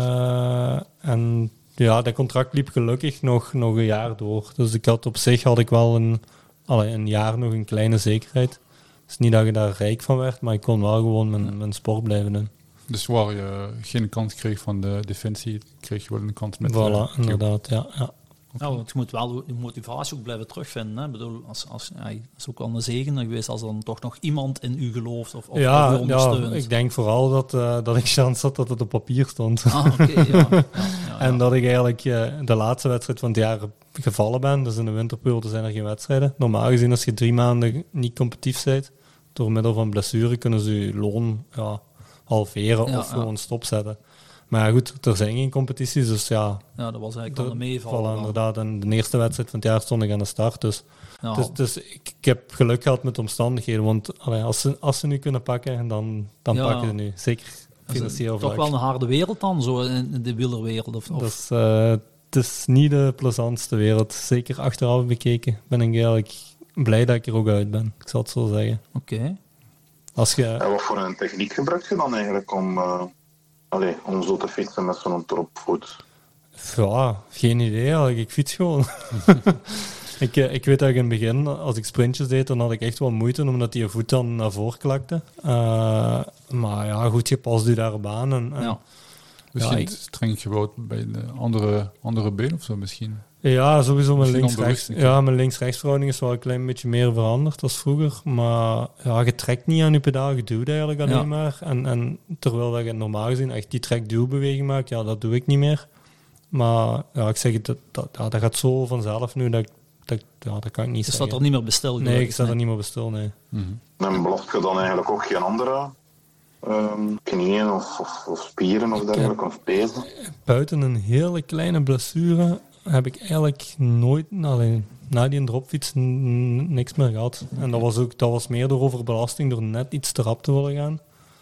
[SPEAKER 3] Uh, en ja, dat contract liep gelukkig nog, nog een jaar door. Dus ik had op zich had ik wel een, allee, een jaar nog een kleine zekerheid. Het is niet dat je daar rijk van werd, maar ik kon wel gewoon mijn, mijn sport blijven doen.
[SPEAKER 4] Dus waar je geen kans kreeg van de defensie, kreeg je wel een kans met...
[SPEAKER 3] Voilà, uh, inderdaad, ja. ja.
[SPEAKER 1] Okay. Nou, je moet wel de motivatie ook blijven terugvinden. Hè? Ik bedoel, als, als, ja, dat is ook wel een zegen geweest als er dan toch nog iemand in u gelooft of, of
[SPEAKER 3] ja,
[SPEAKER 1] u ondersteunt.
[SPEAKER 3] Ja, ik denk vooral dat, uh, dat ik chance had dat het op papier stond.
[SPEAKER 1] Ah, okay, ja. Ja, ja, ja.
[SPEAKER 3] En dat ik eigenlijk uh, de laatste wedstrijd van het jaar gevallen ben. Dus in de winterperiode zijn er geen wedstrijden. Normaal gezien, als je drie maanden niet competitief bent, door middel van blessure kunnen ze je loon ja, halveren ja, of ja. gewoon stopzetten. Maar goed, er zijn geen competities, dus ja...
[SPEAKER 1] Ja, dat was eigenlijk dan een meeval.
[SPEAKER 3] Voilà, inderdaad. En de eerste wedstrijd van het jaar stond ik aan de start, dus...
[SPEAKER 1] Ja.
[SPEAKER 3] Dus, dus ik, ik heb geluk gehad met de omstandigheden, want allee, als, ze, als ze nu kunnen pakken, dan, dan
[SPEAKER 1] ja.
[SPEAKER 3] pakken ze nu. Zeker financieel
[SPEAKER 1] vlak. Toch wel een harde wereld dan, zo in de wielerwereld? Of, of?
[SPEAKER 3] Dus, uh, het is niet de plezantste wereld. Zeker achteraf bekeken ben ik eigenlijk blij dat ik er ook uit ben. Ik zal het zo zeggen.
[SPEAKER 1] Oké. Okay.
[SPEAKER 3] Als je...
[SPEAKER 2] En wat voor een techniek gebruik je dan eigenlijk om... Uh... Allee, om zo te fietsen met zo'n dropvoet?
[SPEAKER 3] Ja, geen idee. Ik fiets gewoon. ik, ik weet dat ik in het begin, als ik sprintjes deed, dan had ik echt wel moeite, omdat die voet dan naar voren klakte. Uh, maar ja, goed, je past je daarop aan. En, en,
[SPEAKER 1] ja.
[SPEAKER 4] Misschien
[SPEAKER 3] ja, ik,
[SPEAKER 4] streng gebouwd bij de andere, andere been of zo misschien?
[SPEAKER 3] Ja, sowieso mijn links-rechts. Ja, mijn links-rechtsverhouding is wel een klein beetje meer veranderd dan vroeger. Maar ja, je trekt niet aan je pedaal, je duwt eigenlijk alleen ja. maar. En, en terwijl dat je normaal gezien echt die trek-duwbeweging maakt, ja, dat doe ik niet meer. Maar ja, ik zeg het, dat, dat, ja, dat gaat zo vanzelf nu, dat, dat, ja, dat kan ik niet
[SPEAKER 1] je
[SPEAKER 3] zeggen.
[SPEAKER 1] Je staat er niet meer bestil?
[SPEAKER 3] Nee, ik sta nee. er niet meer bestil, nee.
[SPEAKER 4] Mm-hmm.
[SPEAKER 2] En belast je dan eigenlijk ook geen andere um, knieën of, of, of spieren of dergelijke, of pezen?
[SPEAKER 3] Buiten een hele kleine blessure heb ik eigenlijk nooit, alleen na die dropfiets, n- niks meer gehad. Okay. En dat was ook dat was meer door overbelasting, door net iets te rap te willen gaan.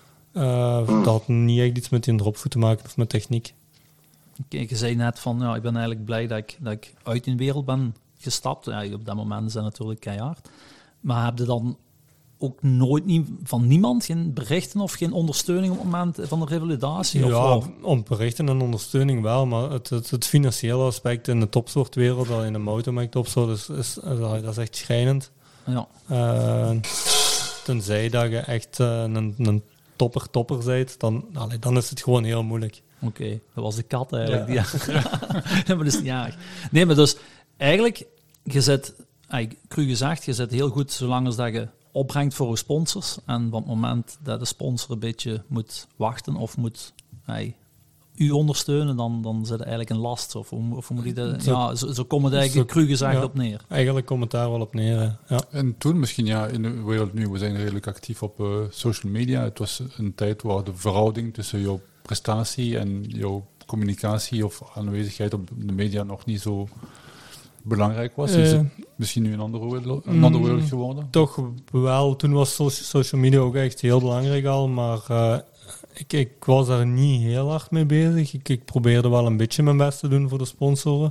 [SPEAKER 3] Uh, hmm. Dat had niet echt iets met die dropvoet te maken of met techniek.
[SPEAKER 1] Kijk, je zei net van, ja, ik ben eigenlijk blij dat ik, dat ik uit die wereld ben gestapt. Ja, op dat moment is dat natuurlijk keihard. Maar heb je dan ook nooit nie, van niemand geen berichten of geen ondersteuning op het moment van de revalidatie?
[SPEAKER 3] Ja,
[SPEAKER 1] of
[SPEAKER 3] om berichten en ondersteuning wel, maar het, het, het financiële aspect in de topsportwereld, al in de mountainbike topsport, is, is, is, dat is echt schrijnend.
[SPEAKER 1] Ja.
[SPEAKER 3] Uh, tenzij dat je echt uh, een, een topper topper bent, dan, allee, dan is het gewoon heel moeilijk.
[SPEAKER 1] Oké, okay, dat was de kat eigenlijk.
[SPEAKER 3] Ja.
[SPEAKER 1] Die, ja, maar dat is niet erg. Nee, maar dus eigenlijk, je zet, cru gezegd, je zet heel goed zolang als dat je opbrengt voor je sponsors. En op het moment dat de sponsor een beetje moet wachten of moet hey, u ondersteunen, dan, dan zit het eigenlijk een last. Of hoe, of hoe moet je dat...
[SPEAKER 3] Zo-
[SPEAKER 1] ja, zo, zo komen het eigenlijk
[SPEAKER 3] zo-
[SPEAKER 1] cru gezegd
[SPEAKER 3] ja.
[SPEAKER 1] op neer.
[SPEAKER 3] Eigenlijk komt het daar wel op neer. hè. Ja.
[SPEAKER 4] En toen misschien, ja, in de wereld nu, we zijn redelijk actief op uh, social media. Het was een tijd waar de verhouding tussen jouw prestatie en jouw communicatie of aanwezigheid op de media nog niet zo belangrijk was. Is
[SPEAKER 3] Eh,
[SPEAKER 4] het misschien nu een andere wereld, een andere wereld geworden?
[SPEAKER 3] Toch wel. Toen was so- social media ook echt heel belangrijk al, maar uh, ik, ik was daar niet heel hard mee bezig. Ik, ik probeerde wel een beetje mijn best te doen voor de sponsoren.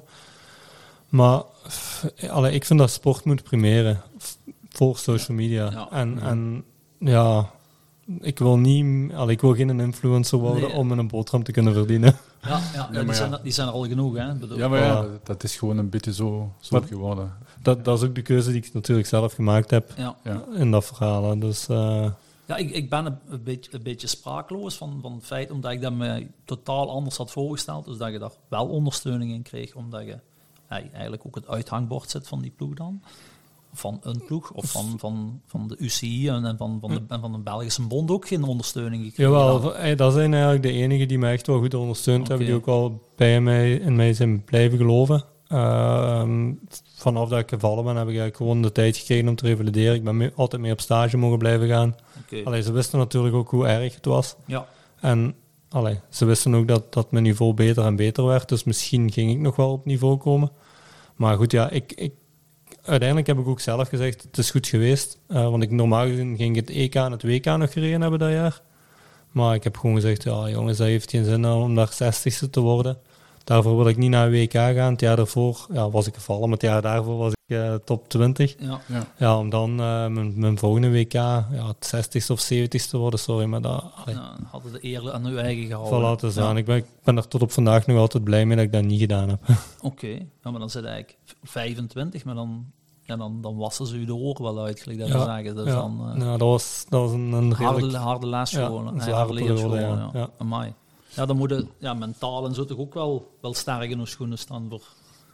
[SPEAKER 3] Maar f- allee, ik vind dat sport moet primeren f- voor social media.
[SPEAKER 1] Ja.
[SPEAKER 3] En, en ja, ik wil niet, allee, ik wil geen influencer worden
[SPEAKER 1] Nee.
[SPEAKER 3] om een boterham te kunnen verdienen.
[SPEAKER 1] Ja, ja, ja,
[SPEAKER 4] maar
[SPEAKER 1] die,
[SPEAKER 4] ja.
[SPEAKER 1] zijn, die zijn er al genoeg. Hè? Bedoel,
[SPEAKER 4] Ja, maar ja,
[SPEAKER 3] Ja.
[SPEAKER 4] dat, dat is gewoon een beetje zo, zo
[SPEAKER 3] Maar-
[SPEAKER 4] geworden.
[SPEAKER 3] Dat, dat is ook de keuze die ik natuurlijk zelf gemaakt heb
[SPEAKER 1] ja.
[SPEAKER 4] Ja.
[SPEAKER 3] in dat verhaal. hè. Dus uh,
[SPEAKER 1] Ja, ik, ik ben een, een, beetje, een beetje sprakeloos van, van het feit, omdat ik dat me totaal anders had voorgesteld. Dus dat je daar wel ondersteuning in kreeg, omdat je ja, eigenlijk ook het uithangbord zit van die ploeg dan. Van een ploeg, of van, van, van de U C I en en van, van, de, en van de Belgische Bond ook geen ondersteuning gekregen.
[SPEAKER 3] jawel, eh, dat zijn eigenlijk de enigen die mij echt wel goed ondersteund
[SPEAKER 1] Oké.
[SPEAKER 3] hebben, die ook al bij mij, in mij zijn blijven geloven. Uh, vanaf dat ik gevallen ben, heb ik eigenlijk gewoon de tijd gekregen om te revalideren. Ik ben mee, altijd mee op stage mogen blijven gaan.
[SPEAKER 1] Oké.
[SPEAKER 3] Allee, ze wisten natuurlijk ook hoe erg het was.
[SPEAKER 1] Ja,
[SPEAKER 3] En allee, ze wisten ook dat, dat mijn niveau beter en beter werd. Dus misschien ging ik nog wel op niveau komen. Maar goed, ja, ik, ik, uiteindelijk heb ik ook zelf gezegd, het is goed geweest. Uh, want ik normaal gezien ging het E K en het W K nog gereden hebben dat jaar. Maar ik heb gewoon gezegd, ja jongens, dat heeft geen zin om daar zestigste te worden. Daarvoor wil ik niet naar een W K gaan. Het jaar daarvoor ja, was ik gevallen, maar het jaar daarvoor was ik uh, top twintig.
[SPEAKER 1] ja.
[SPEAKER 4] Ja.
[SPEAKER 3] Ja, om dan uh, mijn, mijn volgende W K ja, het zestigste of zeventigste te worden, sorry, maar dat... allee,
[SPEAKER 1] Ja, hadden de eer aan uw eigen gehouden.
[SPEAKER 3] Voilà, te staan.
[SPEAKER 1] Ja.
[SPEAKER 3] Ik, ben, ik ben er tot op vandaag nog altijd blij mee dat ik dat niet gedaan heb.
[SPEAKER 1] Oké, ja, maar dan zit eigenlijk vijfentwintig, maar dan, ja, dan, dan wassen ze u de oren wel uit, gelijk dat we
[SPEAKER 3] Ja,
[SPEAKER 1] zeggen. Dus
[SPEAKER 3] ja.
[SPEAKER 1] dan, uh,
[SPEAKER 3] Nou, dat was, dat was een, een
[SPEAKER 1] harde,
[SPEAKER 3] redelijk...
[SPEAKER 1] harde les
[SPEAKER 3] Ja,
[SPEAKER 1] gewoon.
[SPEAKER 3] een
[SPEAKER 1] Nee,
[SPEAKER 3] zware
[SPEAKER 1] harde leerschool,
[SPEAKER 3] periode,
[SPEAKER 1] ja.
[SPEAKER 3] ja.
[SPEAKER 1] Ja.
[SPEAKER 3] Ja.
[SPEAKER 1] Amai. Ja, dan moeten ja, mentaal en zo toch ook wel, wel sterk in de schoenen staan voor...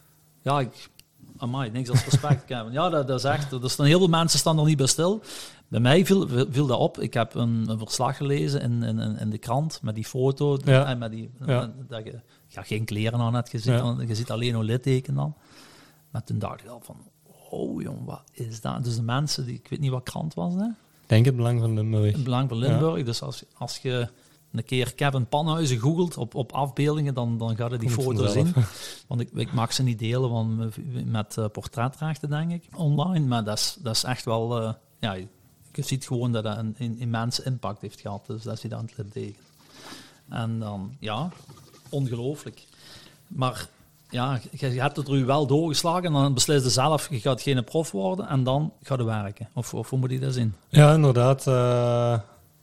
[SPEAKER 1] Ja, ik... Amai, niks als respect, Kevin. Ja, dat, dat is echt... Er staan heel veel mensen staan er niet bij stil. Bij mij viel, viel dat op. Ik heb een, een verslag gelezen in, in, in de krant met die foto.
[SPEAKER 3] Ja.
[SPEAKER 1] En met die,
[SPEAKER 3] Ja.
[SPEAKER 1] en dat je ja, geen kleren aan hebt. Je ziet,
[SPEAKER 3] Ja.
[SPEAKER 1] dan, je ziet alleen een litteken dan. Maar toen dacht ik al van... Oh jong, wat is dat? Dus de mensen die... Ik weet niet wat krant was, hè?
[SPEAKER 3] Ik denk het belang van Limburg.
[SPEAKER 1] Het Belang van Limburg. Dus als, als je een keer Kevin Panhuizen googelt op, op afbeeldingen, dan, dan ga je die
[SPEAKER 3] Komt
[SPEAKER 1] foto
[SPEAKER 3] vanzelf.
[SPEAKER 1] zien. Want ik, ik mag ze niet delen want met uh, portretrechten, denk ik, online. Maar dat is, dat is echt wel... Uh, ja, je ziet gewoon dat dat een, een immense impact heeft gehad. Dus dat zit aan het litteken. En dan, ja, ongelooflijk. Maar ja, je, je hebt het er u wel doorgeslagen en dan beslis je zelf, je gaat geen prof worden en dan ga je werken. Of, of hoe moet je dat zien?
[SPEAKER 3] Ja, inderdaad. Uh,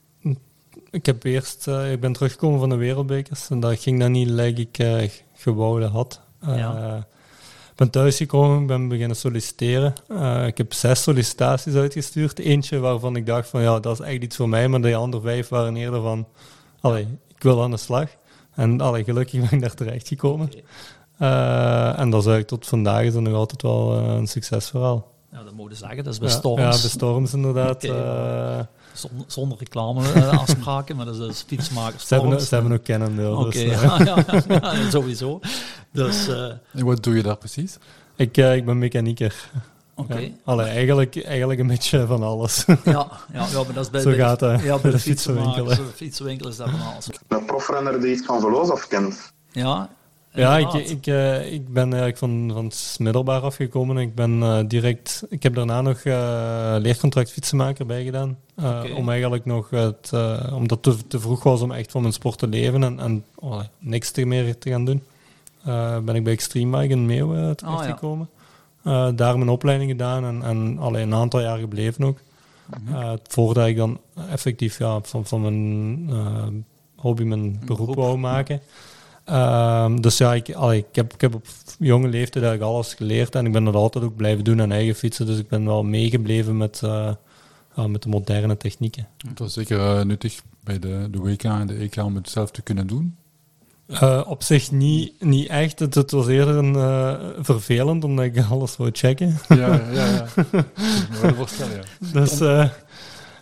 [SPEAKER 3] ik heb eerst... Uh, ik ben teruggekomen van de wereldbekers en dat ging dan niet lijkt ik uh, gewouden had. Uh,
[SPEAKER 1] Ja.
[SPEAKER 3] Ik ben thuisgekomen, ik ben beginnen solliciteren. Uh, ik heb zes sollicitaties uitgestuurd. Eentje waarvan ik dacht van ja, dat is echt iets voor mij, maar de andere vijf waren eerder van allee, ik wil aan de slag. En allee, gelukkig ben ik daar terecht gekomen.
[SPEAKER 1] Okay.
[SPEAKER 3] Uh, en dat is eigenlijk tot vandaag is er nog altijd wel uh, een succesverhaal.
[SPEAKER 1] Ja, dat moet je zeggen. Dat is bij
[SPEAKER 3] Ja,
[SPEAKER 1] Storms.
[SPEAKER 3] ja, bij Storms inderdaad.
[SPEAKER 1] Okay.
[SPEAKER 3] Uh,
[SPEAKER 1] zonder, zonder reclameafspraken, maar dat is dus fietsmakers.
[SPEAKER 3] Ze hebben, ze hebben ook Cannondale.
[SPEAKER 1] Oké,
[SPEAKER 3] dus, uh.
[SPEAKER 1] ja, ja, ja, sowieso. Dus, uh,
[SPEAKER 4] en wat doe je daar precies?
[SPEAKER 3] Ik, uh, ik ben mechanieker.
[SPEAKER 1] Oké. Okay.
[SPEAKER 3] Ja. Allee, eigenlijk, eigenlijk een beetje van alles.
[SPEAKER 1] Ja, ja, ja, maar dat is bij,
[SPEAKER 3] Zo
[SPEAKER 1] bij,
[SPEAKER 3] gaat het.
[SPEAKER 1] ja, bij
[SPEAKER 3] de,
[SPEAKER 1] de
[SPEAKER 3] fietsenwinkel.
[SPEAKER 1] De fietsenwinkel is dat van alles.
[SPEAKER 2] Een profrenner die iets van verloos of kent?
[SPEAKER 1] Ja,
[SPEAKER 3] ja ik, ik, uh, ik ben eigenlijk van, van het middelbaar afgekomen. Ik ben uh, direct... Ik heb daarna nog uh, leercontract fietsenmaker bijgedaan. Uh, okay. Om eigenlijk nog... Het, uh, omdat het te, te vroeg was om echt van mijn sport te leven en, en oh, niks te meer te gaan doen. Uh, ben ik bij Extreme Bike in Meeuwen terechtgekomen. Oh, ja. uh, daar mijn opleiding gedaan en, en allee, een aantal jaar gebleven ook. Mm-hmm. Uh, voordat ik dan effectief ja, van, van mijn uh, hobby mijn beroep, beroep wou maken. Uh, dus ja, ik, allee, ik, heb, ik heb op jonge leeftijd eigenlijk alles geleerd en ik ben dat altijd ook blijven doen aan eigen fietsen. Dus ik ben wel meegebleven met, uh, uh, met de moderne technieken.
[SPEAKER 4] Het was zeker uh, nuttig bij de, de W K en de E K om het zelf te kunnen doen.
[SPEAKER 3] Uh, op zich niet, niet echt. Het, het was eerder een, uh, vervelend, omdat ik alles wou checken.
[SPEAKER 4] Ja, ja, ja. ja. Dat was wel, ja.
[SPEAKER 3] Dus uh,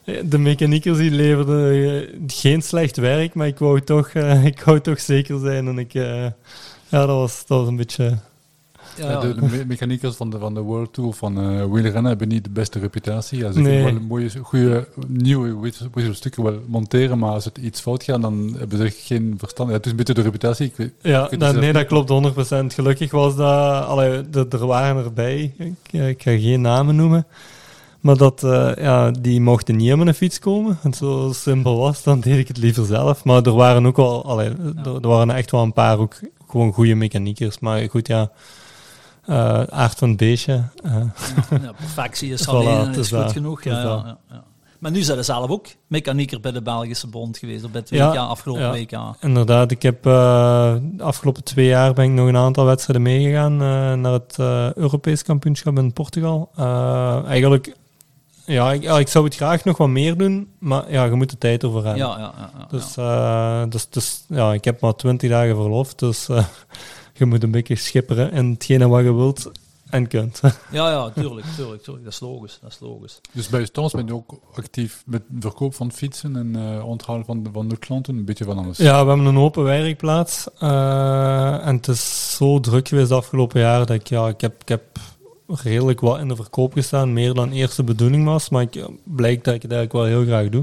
[SPEAKER 3] De mechaniekers die leverden uh, geen slecht werk, maar ik wou toch, uh, ik wou toch zeker zijn. En ik, uh, ja, dat was, dat was een beetje...
[SPEAKER 1] Ja, ja.
[SPEAKER 4] De, de me- mechaniekers van de, van de World Tour van uh, wielrennen hebben niet de beste reputatie. Ja, ze
[SPEAKER 3] Nee.
[SPEAKER 4] kunnen wel mooie, goede, nieuwe wissel- wisselstukken wel monteren, maar als het iets fout gaat, dan hebben ze geen verstand. Ja, het is een beetje de reputatie. Ik weet,
[SPEAKER 3] Ja,
[SPEAKER 4] ik weet
[SPEAKER 3] dat,
[SPEAKER 4] zelf
[SPEAKER 3] nee,
[SPEAKER 4] niet.
[SPEAKER 3] dat klopt honderd procent. Gelukkig was dat... Allee, de, er waren erbij, ik, ik ga geen namen noemen, maar dat, uh, ja, die mochten niet aan mijn fiets komen. En zo simpel was, dan deed ik het liever zelf. Maar er waren ook wel... Allee, er, er waren echt wel een paar ook gewoon goede mechaniekers. Maar goed, ja... Uh, aard van het beestje. Uh.
[SPEAKER 1] Ja, ja, perfectie is
[SPEAKER 3] Voilà,
[SPEAKER 1] alleen
[SPEAKER 3] het
[SPEAKER 1] is
[SPEAKER 3] is
[SPEAKER 1] goed
[SPEAKER 3] dat,
[SPEAKER 1] genoeg.
[SPEAKER 3] het is
[SPEAKER 1] Ja, ja,
[SPEAKER 3] dat.
[SPEAKER 1] ja, ja. Maar nu zijn ze zelf ook mechanieker bij de Belgische Bond geweest, of bij het W K,
[SPEAKER 3] Ja,
[SPEAKER 1] afgelopen
[SPEAKER 3] ja.
[SPEAKER 1] W K.
[SPEAKER 3] Inderdaad, ik heb uh, de afgelopen twee jaar ben ik nog een aantal wedstrijden meegegaan uh, naar het uh, Europees kampioenschap in Portugal. Uh, eigenlijk, ja, ik, ik zou het graag nog wat meer doen, maar ja, je moet de tijd over hebben.
[SPEAKER 1] Ja, ja, ja, ja,
[SPEAKER 3] Dus,
[SPEAKER 1] ja.
[SPEAKER 3] uh, dus, dus ja, ik heb maar twintig dagen verlof, dus uh, je moet een beetje schipperen in hetgene wat je wilt en kunt.
[SPEAKER 1] ja, ja, tuurlijk, tuurlijk, tuurlijk. Dat is logisch, dat is logisch.
[SPEAKER 4] Dus bij Stoms ben je ook actief met verkoop van fietsen en uh, onthalen van de, van de klanten, een beetje van alles.
[SPEAKER 3] Ja, we hebben een open werkplaats uh, en het is zo druk geweest de afgelopen jaren dat ik, ja, ik heb, ik heb redelijk wat in de verkoop gestaan, meer dan eerst de bedoeling was, maar ik blijkt dat ik het eigenlijk wel heel graag doe.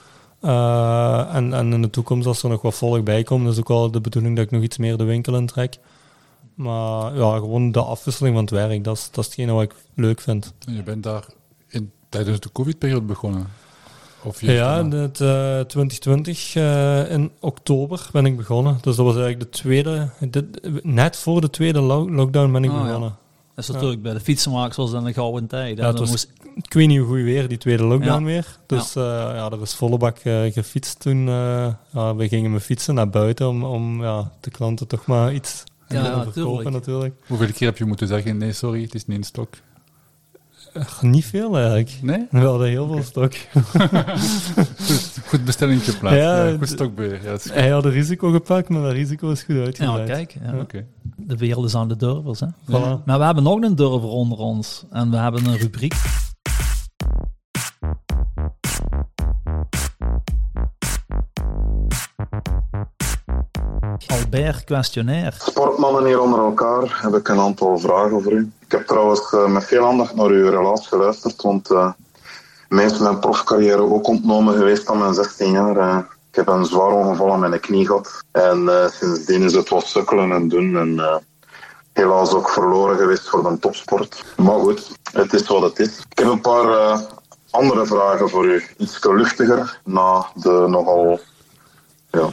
[SPEAKER 3] Uh, en, en in de toekomst, als er nog wat volk bij komt, is ook wel de bedoeling dat ik nog iets meer de winkel intrek. Maar ja, gewoon de afwisseling van het werk, dat is, dat is hetgene wat ik leuk vind.
[SPEAKER 4] En je bent daar in, tijdens de COVID-periode begonnen? Of je
[SPEAKER 3] Ja, het, uh, twintig twintig uh, in oktober ben ik begonnen. Dus dat was eigenlijk de tweede, dit, net voor de tweede lo- lockdown ben ik
[SPEAKER 1] Ah, ja.
[SPEAKER 3] begonnen.
[SPEAKER 1] Dat is natuurlijk bij de fietsenmakers was dan een gouden tijd.
[SPEAKER 3] Ja, het
[SPEAKER 1] Dan
[SPEAKER 3] was,
[SPEAKER 1] moest-
[SPEAKER 3] ik weet niet hoe goed weer, die tweede lockdown
[SPEAKER 1] Ja.
[SPEAKER 3] weer. Dus uh, ja, er is volle bak uh, gefietst toen. Uh, ja, we gingen met fietsen naar buiten om, om ja, de klanten toch maar iets te
[SPEAKER 1] Ja,
[SPEAKER 3] kunnen
[SPEAKER 1] ja,
[SPEAKER 3] verkopen
[SPEAKER 1] tuurlijk.
[SPEAKER 3] natuurlijk.
[SPEAKER 4] Hoeveel keer heb je moeten zeggen, nee sorry, het is niet in stok?
[SPEAKER 3] Uh, niet veel eigenlijk.
[SPEAKER 4] Nee?
[SPEAKER 3] We hadden heel veel stok.
[SPEAKER 4] Goed, goed bestelling geplaatst,
[SPEAKER 3] Ja,
[SPEAKER 4] ja, goed
[SPEAKER 3] d-
[SPEAKER 4] stokbeheer. Ja, dat is goed.
[SPEAKER 3] Hij had een risico gepakt, maar dat risico is goed
[SPEAKER 1] ja,
[SPEAKER 3] uitgebreid.
[SPEAKER 1] kijk, ja.
[SPEAKER 4] Oké.
[SPEAKER 1] De wereld is aan de durvers. Hè.
[SPEAKER 3] Voilà.
[SPEAKER 1] Maar we hebben nog een durver onder ons. En we hebben een rubriek. Albert Questionnaire.
[SPEAKER 2] Sportmannen hier onder elkaar heb ik een aantal vragen voor u. Ik heb trouwens uh, met veel aandacht naar uw relaas geluisterd, want uh, mij is mijn profcarrière ook ontnomen geweest aan mijn zestien jaar. Uh, ik heb een zwaar ongeval aan mijn knie gehad en uh, sindsdien is het wat sukkelen en doen en uh, helaas ook verloren geweest voor de topsport. Maar goed, het is wat het is. Ik heb een paar uh, andere vragen voor u, iets luchtiger na de nogal ja,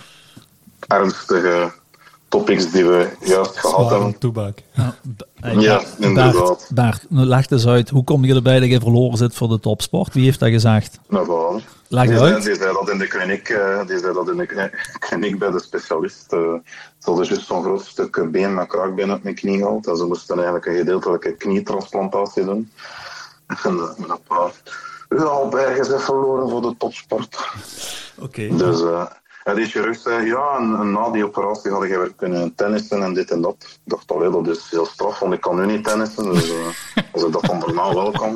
[SPEAKER 2] ernstige topics die we juist gehad
[SPEAKER 3] Zware
[SPEAKER 2] hebben.
[SPEAKER 3] toebak.
[SPEAKER 1] Ja, B- hey,
[SPEAKER 2] Ja,
[SPEAKER 1] Bert,
[SPEAKER 2] inderdaad.
[SPEAKER 1] Bert, nou leg eens uit. Hoe kom je erbij dat je verloren zit voor de topsport? Wie heeft dat gezegd?
[SPEAKER 2] Nou, voilà.
[SPEAKER 1] Leg
[SPEAKER 2] Die
[SPEAKER 1] het
[SPEAKER 2] zei,
[SPEAKER 1] uit.
[SPEAKER 2] die zei dat in de kliniek, uh, die zei dat in de kni- kliniek bij de specialist. Uh, ze hadden juist zo'n groot stuk been met kraakbeen uit mijn knie gehaald. En ze moesten eigenlijk een gedeeltelijke knietransplantatie doen. En uh, met een paar Albert is verloren voor de topsport.
[SPEAKER 1] Oké.
[SPEAKER 2] Dus uh, en die chirurg zei, ja, en, en na die operatie had ik weer kunnen tennissen en dit en dat. Ik dacht, allee, dat is heel straf, want ik kan nu niet tennissen. Dus uh, als ik dat dan daarna wel kan.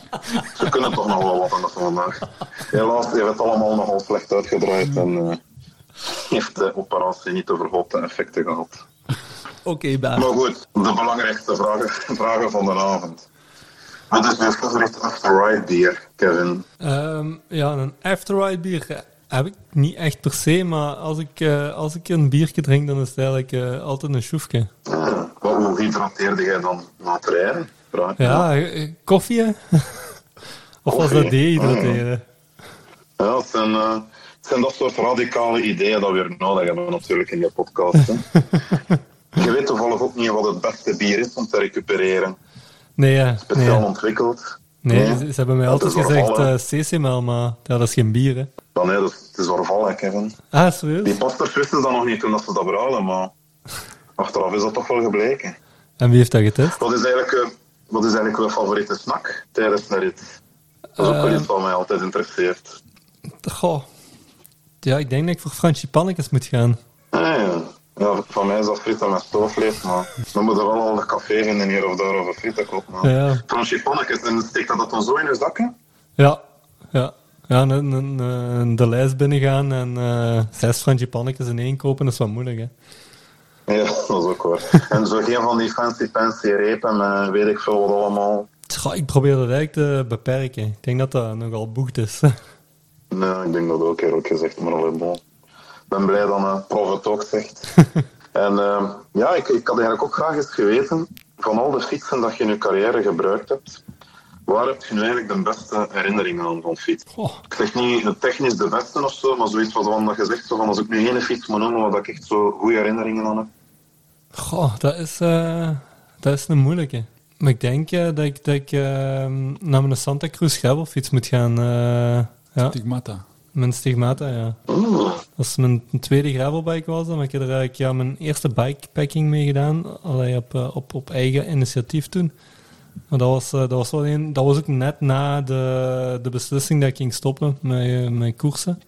[SPEAKER 2] Ze kunnen toch nog wel wat aan de vandaag. Helaas heeft het allemaal nogal slecht uitgedraaid en uh, heeft de operatie niet de verhoopte effecten gehad.
[SPEAKER 1] Oké, Bert.
[SPEAKER 2] Maar goed, de belangrijkste vragen, vragen van de avond. Wat is uw favoriete after-ride bier, Kevin?
[SPEAKER 3] Um, ja, een after-ride bier eh, heb ik niet echt per se, maar als ik, uh, als ik een biertje drink, dan is het eigenlijk uh, altijd een schoefje.
[SPEAKER 2] Uh, wat, hoe hydrateerde jij dan na het rijden? Vraag je
[SPEAKER 3] Ja, uh, koffie, hè? Of was
[SPEAKER 2] Koffie.
[SPEAKER 3] dat dehydrateren?
[SPEAKER 2] Ja, het zijn, uh, het zijn dat soort radicale ideeën dat we weer nodig hebben natuurlijk in je podcast. Hè. Je weet toevallig ook niet wat het beste bier is om te recupereren.
[SPEAKER 3] Nee, ja.
[SPEAKER 2] Speciaal
[SPEAKER 3] Nee,
[SPEAKER 2] ontwikkeld.
[SPEAKER 3] nee,
[SPEAKER 2] Nee.
[SPEAKER 3] ze, ze hebben mij
[SPEAKER 2] Dat
[SPEAKER 3] altijd
[SPEAKER 2] is
[SPEAKER 3] gezegd
[SPEAKER 2] Orval, hè.
[SPEAKER 3] uh, C C M L, maar ja, dat is geen bier, hè?
[SPEAKER 2] Dan, nee, dat is, het is Orval, hè, Kevin.
[SPEAKER 3] Ah, serieus?
[SPEAKER 2] Die pastors wisten dat nog niet toen dat ze dat brouwden, maar achteraf is dat toch wel gebleken.
[SPEAKER 3] En wie heeft dat getest?
[SPEAKER 2] Wat is eigenlijk, uh, wat is eigenlijk uw favoriete snack tijdens een rit? Dat is ook wel
[SPEAKER 3] Uh,
[SPEAKER 2] iets wat mij altijd interesseert.
[SPEAKER 3] Goh. Ja, ik denk dat ik voor frangipannetjes moet gaan.
[SPEAKER 2] Ah, ja. Ja, van mij is dat frieten met stoofvlees, maar we moeten wel al een café vinden hier of daar of een frietenkop. Maar
[SPEAKER 3] Ja.
[SPEAKER 2] frangipannetjes, en steekt dat dan zo in je zakken?
[SPEAKER 3] Ja, ja. Ja, een, een, een, de lijst binnengaan en uh, zes frangipannetjes in één kopen, dat is wat moeilijk, hè?
[SPEAKER 2] Ja, dat is ook waar. En zo geen van die fancy fancy repen met weet ik veel wat allemaal.
[SPEAKER 3] Goh, ik probeer dat eigenlijk te beperken. Ik denk dat dat nogal boegd is.
[SPEAKER 2] Nee, ik denk dat ook eerlijk gezegd, maar allee, bon. Ik ben blij dat een prof het ook zegt. En uh, ja, ik, ik had eigenlijk ook graag eens geweten, van al de fietsen dat je in je carrière gebruikt hebt, waar heb je nu eigenlijk de beste herinnering aan van fietsen?
[SPEAKER 3] Oh.
[SPEAKER 2] Ik zeg niet technisch de beste of zo, maar zoiets wat dat je zegt, zo van als ik nu één fiets moet noemen, waar ik echt zo goede herinneringen aan heb.
[SPEAKER 3] Goh, dat is, uh, dat is een moeilijke. Maar ik denk uh, dat ik, dat ik uh, naar mijn Santa Cruz gravelfiets moet gaan. Uh, ja.
[SPEAKER 4] Stigmata.
[SPEAKER 3] Mijn Stigmata, ja.
[SPEAKER 2] Oh.
[SPEAKER 3] Dat is mijn tweede gravelbike was, maar ik heb er eigenlijk ja, mijn eerste bikepacking mee gedaan. Allee, op, uh, op, op eigen initiatief toen. Maar dat was, uh, dat was wel een, dat was ook net na de, de beslissing dat ik ging stoppen met, uh, met koersen.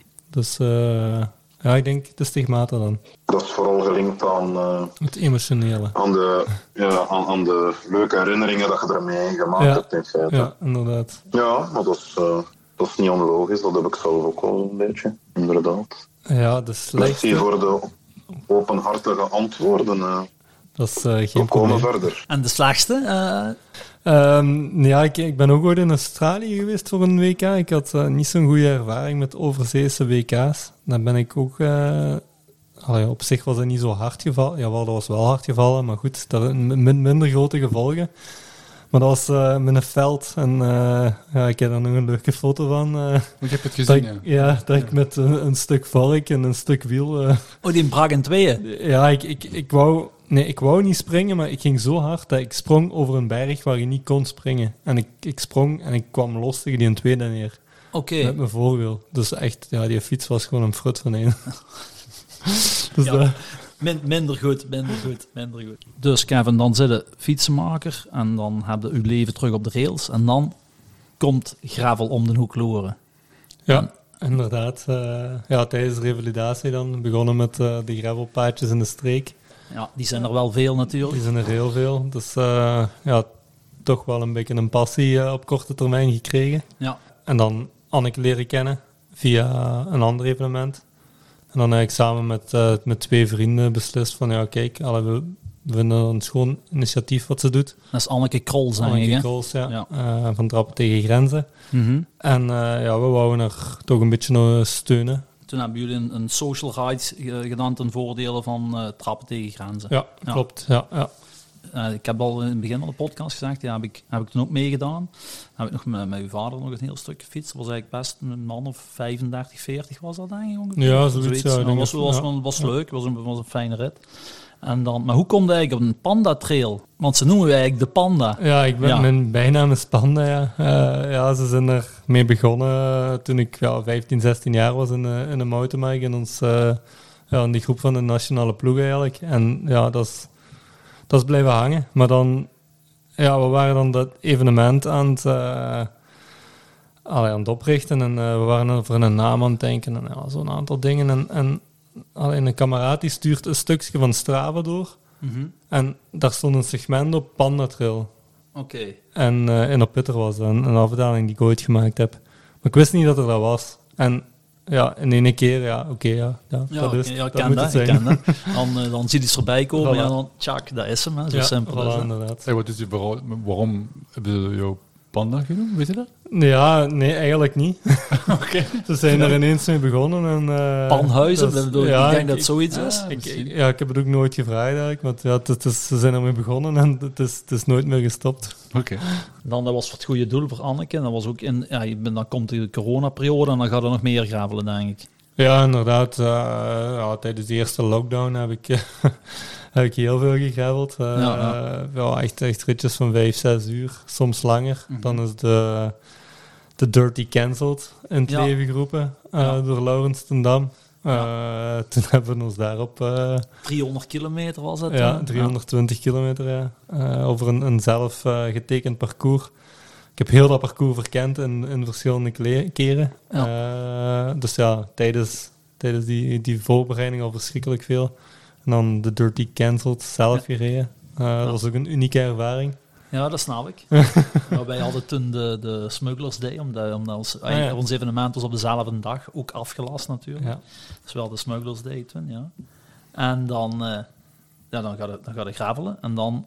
[SPEAKER 3] Dus uh, ja, ik denk de Stigmata dan.
[SPEAKER 2] Dat is vooral gelinkt aan, uh,
[SPEAKER 3] het emotionele.
[SPEAKER 2] Aan de, ja, aan, aan de leuke herinneringen dat je ermee gemaakt
[SPEAKER 3] ja.
[SPEAKER 2] hebt in feite.
[SPEAKER 3] Ja, inderdaad.
[SPEAKER 2] Ja, maar dat is, uh, dat is niet onlogisch. Dat heb ik zelf ook wel een beetje, inderdaad.
[SPEAKER 3] Ja, de slechtste...
[SPEAKER 2] Merci voor de openhartige antwoorden. Uh.
[SPEAKER 3] Dat is uh, geen
[SPEAKER 2] We
[SPEAKER 3] probleem.
[SPEAKER 2] komen verder.
[SPEAKER 1] En de slechtste? Uh...
[SPEAKER 3] Um, ja, ik, ik ben ook ooit in Australië geweest voor een W K. Ik had uh, niet zo'n goede ervaring met overzeese W K's. Dan ben ik ook... Uh, allee, op zich was het niet zo hard gevallen. Jawel, dat was wel hard gevallen, maar goed, dat had min, minder grote gevolgen. Maar dat was uh, met een veld. En uh, ja, ik heb daar nog een leuke foto van. Uh,
[SPEAKER 4] ik heb het gezien,
[SPEAKER 3] dat ik,
[SPEAKER 4] ja.
[SPEAKER 3] Ja, dat ik met een, een stuk vork en een stuk wiel... Uh,
[SPEAKER 1] oh, die brak in tweeën?
[SPEAKER 3] Ja, ik, ik, ik wou... Nee, ik wou niet springen, maar ik ging zo hard dat ik sprong over een berg waar je niet kon springen. En ik, ik sprong en ik kwam los tegen die een tweede neer.
[SPEAKER 1] Oké. Okay.
[SPEAKER 3] Met mijn voorwiel. Dus echt, ja, die fiets was gewoon een frut van één. Dus
[SPEAKER 1] ja, uh, min, minder goed, minder goed, minder goed. Dus Kevin, dan zit je fietsenmaker en dan heb je je leven terug op de rails. En dan komt gravel om de hoek loeren.
[SPEAKER 3] Ja, en, inderdaad. Uh, ja, tijdens de revalidatie dan begonnen met uh, de gravelpaadjes in de streek.
[SPEAKER 1] Ja, die zijn er wel veel natuurlijk.
[SPEAKER 3] Die zijn er heel veel. Dus uh, ja, toch wel een beetje een passie uh, op korte termijn gekregen.
[SPEAKER 1] Ja.
[SPEAKER 3] En dan Anneke leren kennen via een ander evenement. En dan heb ik samen met, uh, met twee vrienden beslist van ja, kijk, alle, we vinden een schoon initiatief wat ze doet.
[SPEAKER 1] Dat is Anneke Krols
[SPEAKER 3] Anneke
[SPEAKER 1] eigenlijk.
[SPEAKER 3] Krols, ja.
[SPEAKER 1] ja.
[SPEAKER 3] Uh, van Trappen tegen Grenzen.
[SPEAKER 1] Mm-hmm.
[SPEAKER 3] En uh, ja, we wouden er toch een beetje steunen.
[SPEAKER 1] Toen hebben jullie een, een social ride gedaan ten voordele van uh, Trappen tegen Grenzen.
[SPEAKER 3] Ja, ja. klopt. Ja, ja.
[SPEAKER 1] Uh, ik heb al in het begin van de podcast gezegd, ja, heb, ik, heb ik toen ook meegedaan. Dan heb ik nog met, met uw vader nog een heel stuk gefietst. Dat was eigenlijk best een man of vijfendertig, veertig was dat denk ik ongeveer.
[SPEAKER 3] Ja, zoiets. zoiets. Ja,
[SPEAKER 1] dat was, was,
[SPEAKER 3] ja.
[SPEAKER 1] was, was leuk, was een, was een fijne rit. En dan, maar hoe komt het eigenlijk op een Panda Trail? Want ze noemen we eigenlijk de Panda.
[SPEAKER 3] Ja, ik ben, ja. mijn bijnaam is Panda, ja. Uh, ja, ze zijn er mee begonnen toen ik ja, vijftien, zestien jaar was in, uh, in een mountainbike in, ons, uh, ja, in die groep van de nationale ploeg eigenlijk. En ja, dat is, dat is blijven hangen. Maar dan, ja, we waren dan dat evenement aan het, uh, allee, aan het oprichten en uh, we waren over een naam aan het denken en ja, zo'n aantal dingen. En, en alleen een kameraad die stuurt een stukje van Strava door.
[SPEAKER 1] Mm-hmm.
[SPEAKER 3] En daar stond een segment op Panda Trail.
[SPEAKER 1] Oké. Okay.
[SPEAKER 3] En uh, in op Pitter was dat een, een afdaling die ik ooit gemaakt heb. Maar ik wist niet dat er dat was. En ja, in één keer, ja, oké, okay, ja, ja,
[SPEAKER 1] ja,
[SPEAKER 3] dat
[SPEAKER 1] okay,
[SPEAKER 3] is
[SPEAKER 1] ja,
[SPEAKER 3] dat
[SPEAKER 1] ken
[SPEAKER 3] moet
[SPEAKER 1] dat,
[SPEAKER 3] het zijn.
[SPEAKER 1] Ik ken dat. Dan, uh, dan zie je het erbij komen,
[SPEAKER 3] voilà.
[SPEAKER 1] ja, dan tjak, dat is hem, hè. Zo
[SPEAKER 3] ja,
[SPEAKER 1] simpel
[SPEAKER 3] voilà,
[SPEAKER 1] is het.
[SPEAKER 3] Inderdaad.
[SPEAKER 4] Hey, wat is die verhaal, waarom hebben ze jou Panda genoemd, weet je dat?
[SPEAKER 3] Ja, nee, eigenlijk niet.
[SPEAKER 4] Okay.
[SPEAKER 3] Ze zijn er ineens mee begonnen. En, uh,
[SPEAKER 1] Panhuizen, dat is, ja, ik denk ik, dat het zoiets
[SPEAKER 3] ja,
[SPEAKER 1] is.
[SPEAKER 3] Ik, ik, ja, ik heb het ook nooit gevraagd eigenlijk, maar ja, het, het is, ze zijn ermee begonnen en het is, het is nooit meer gestopt.
[SPEAKER 4] Oké. Okay.
[SPEAKER 1] Dan, dat was voor het goede doel voor Anneke. Dat was ook in, ja, dan komt de coronaperiode en dan gaat er nog meer gravelen, denk ik.
[SPEAKER 3] Ja, inderdaad. Uh, ja, tijdens de eerste lockdown heb ik, uh, heb ik heel veel gegraveld. Uh, ja, ja. Ja, echt, echt ritjes van vijf, zes uur, soms langer. Mm-hmm. Dan is de, de Dirty Cancelled in het ja. leven geroepen uh, ja. door Laurens ten Dam. Uh, ja. Toen hebben we ons daarop... Uh,
[SPEAKER 1] driehonderd kilometer was het?
[SPEAKER 3] Ja, driehonderdtwintig ja. kilometer, ja. Uh, over een, een zelf uh, getekend parcours. Ik heb heel dat parcours verkend in, in verschillende kle- keren. Ja. Uh, dus ja, tijdens, tijdens die, die voorbereiding al verschrikkelijk veel. En dan de Dirty Cancelled zelf ja. gereden. Uh, ja. Dat was ook een unieke ervaring.
[SPEAKER 1] Ja, dat snap ik. Ja, wij hadden toen de, de Smugglers Day, omdat, omdat ons,
[SPEAKER 3] Ah, ja.
[SPEAKER 1] ons evenement was op dezelfde dag, ook afgelast natuurlijk.
[SPEAKER 3] Ja.
[SPEAKER 1] Dus wel de Smugglers Day toen, ja. En dan, uh, ja, dan gaat het, dan gaat het gravelen. En dan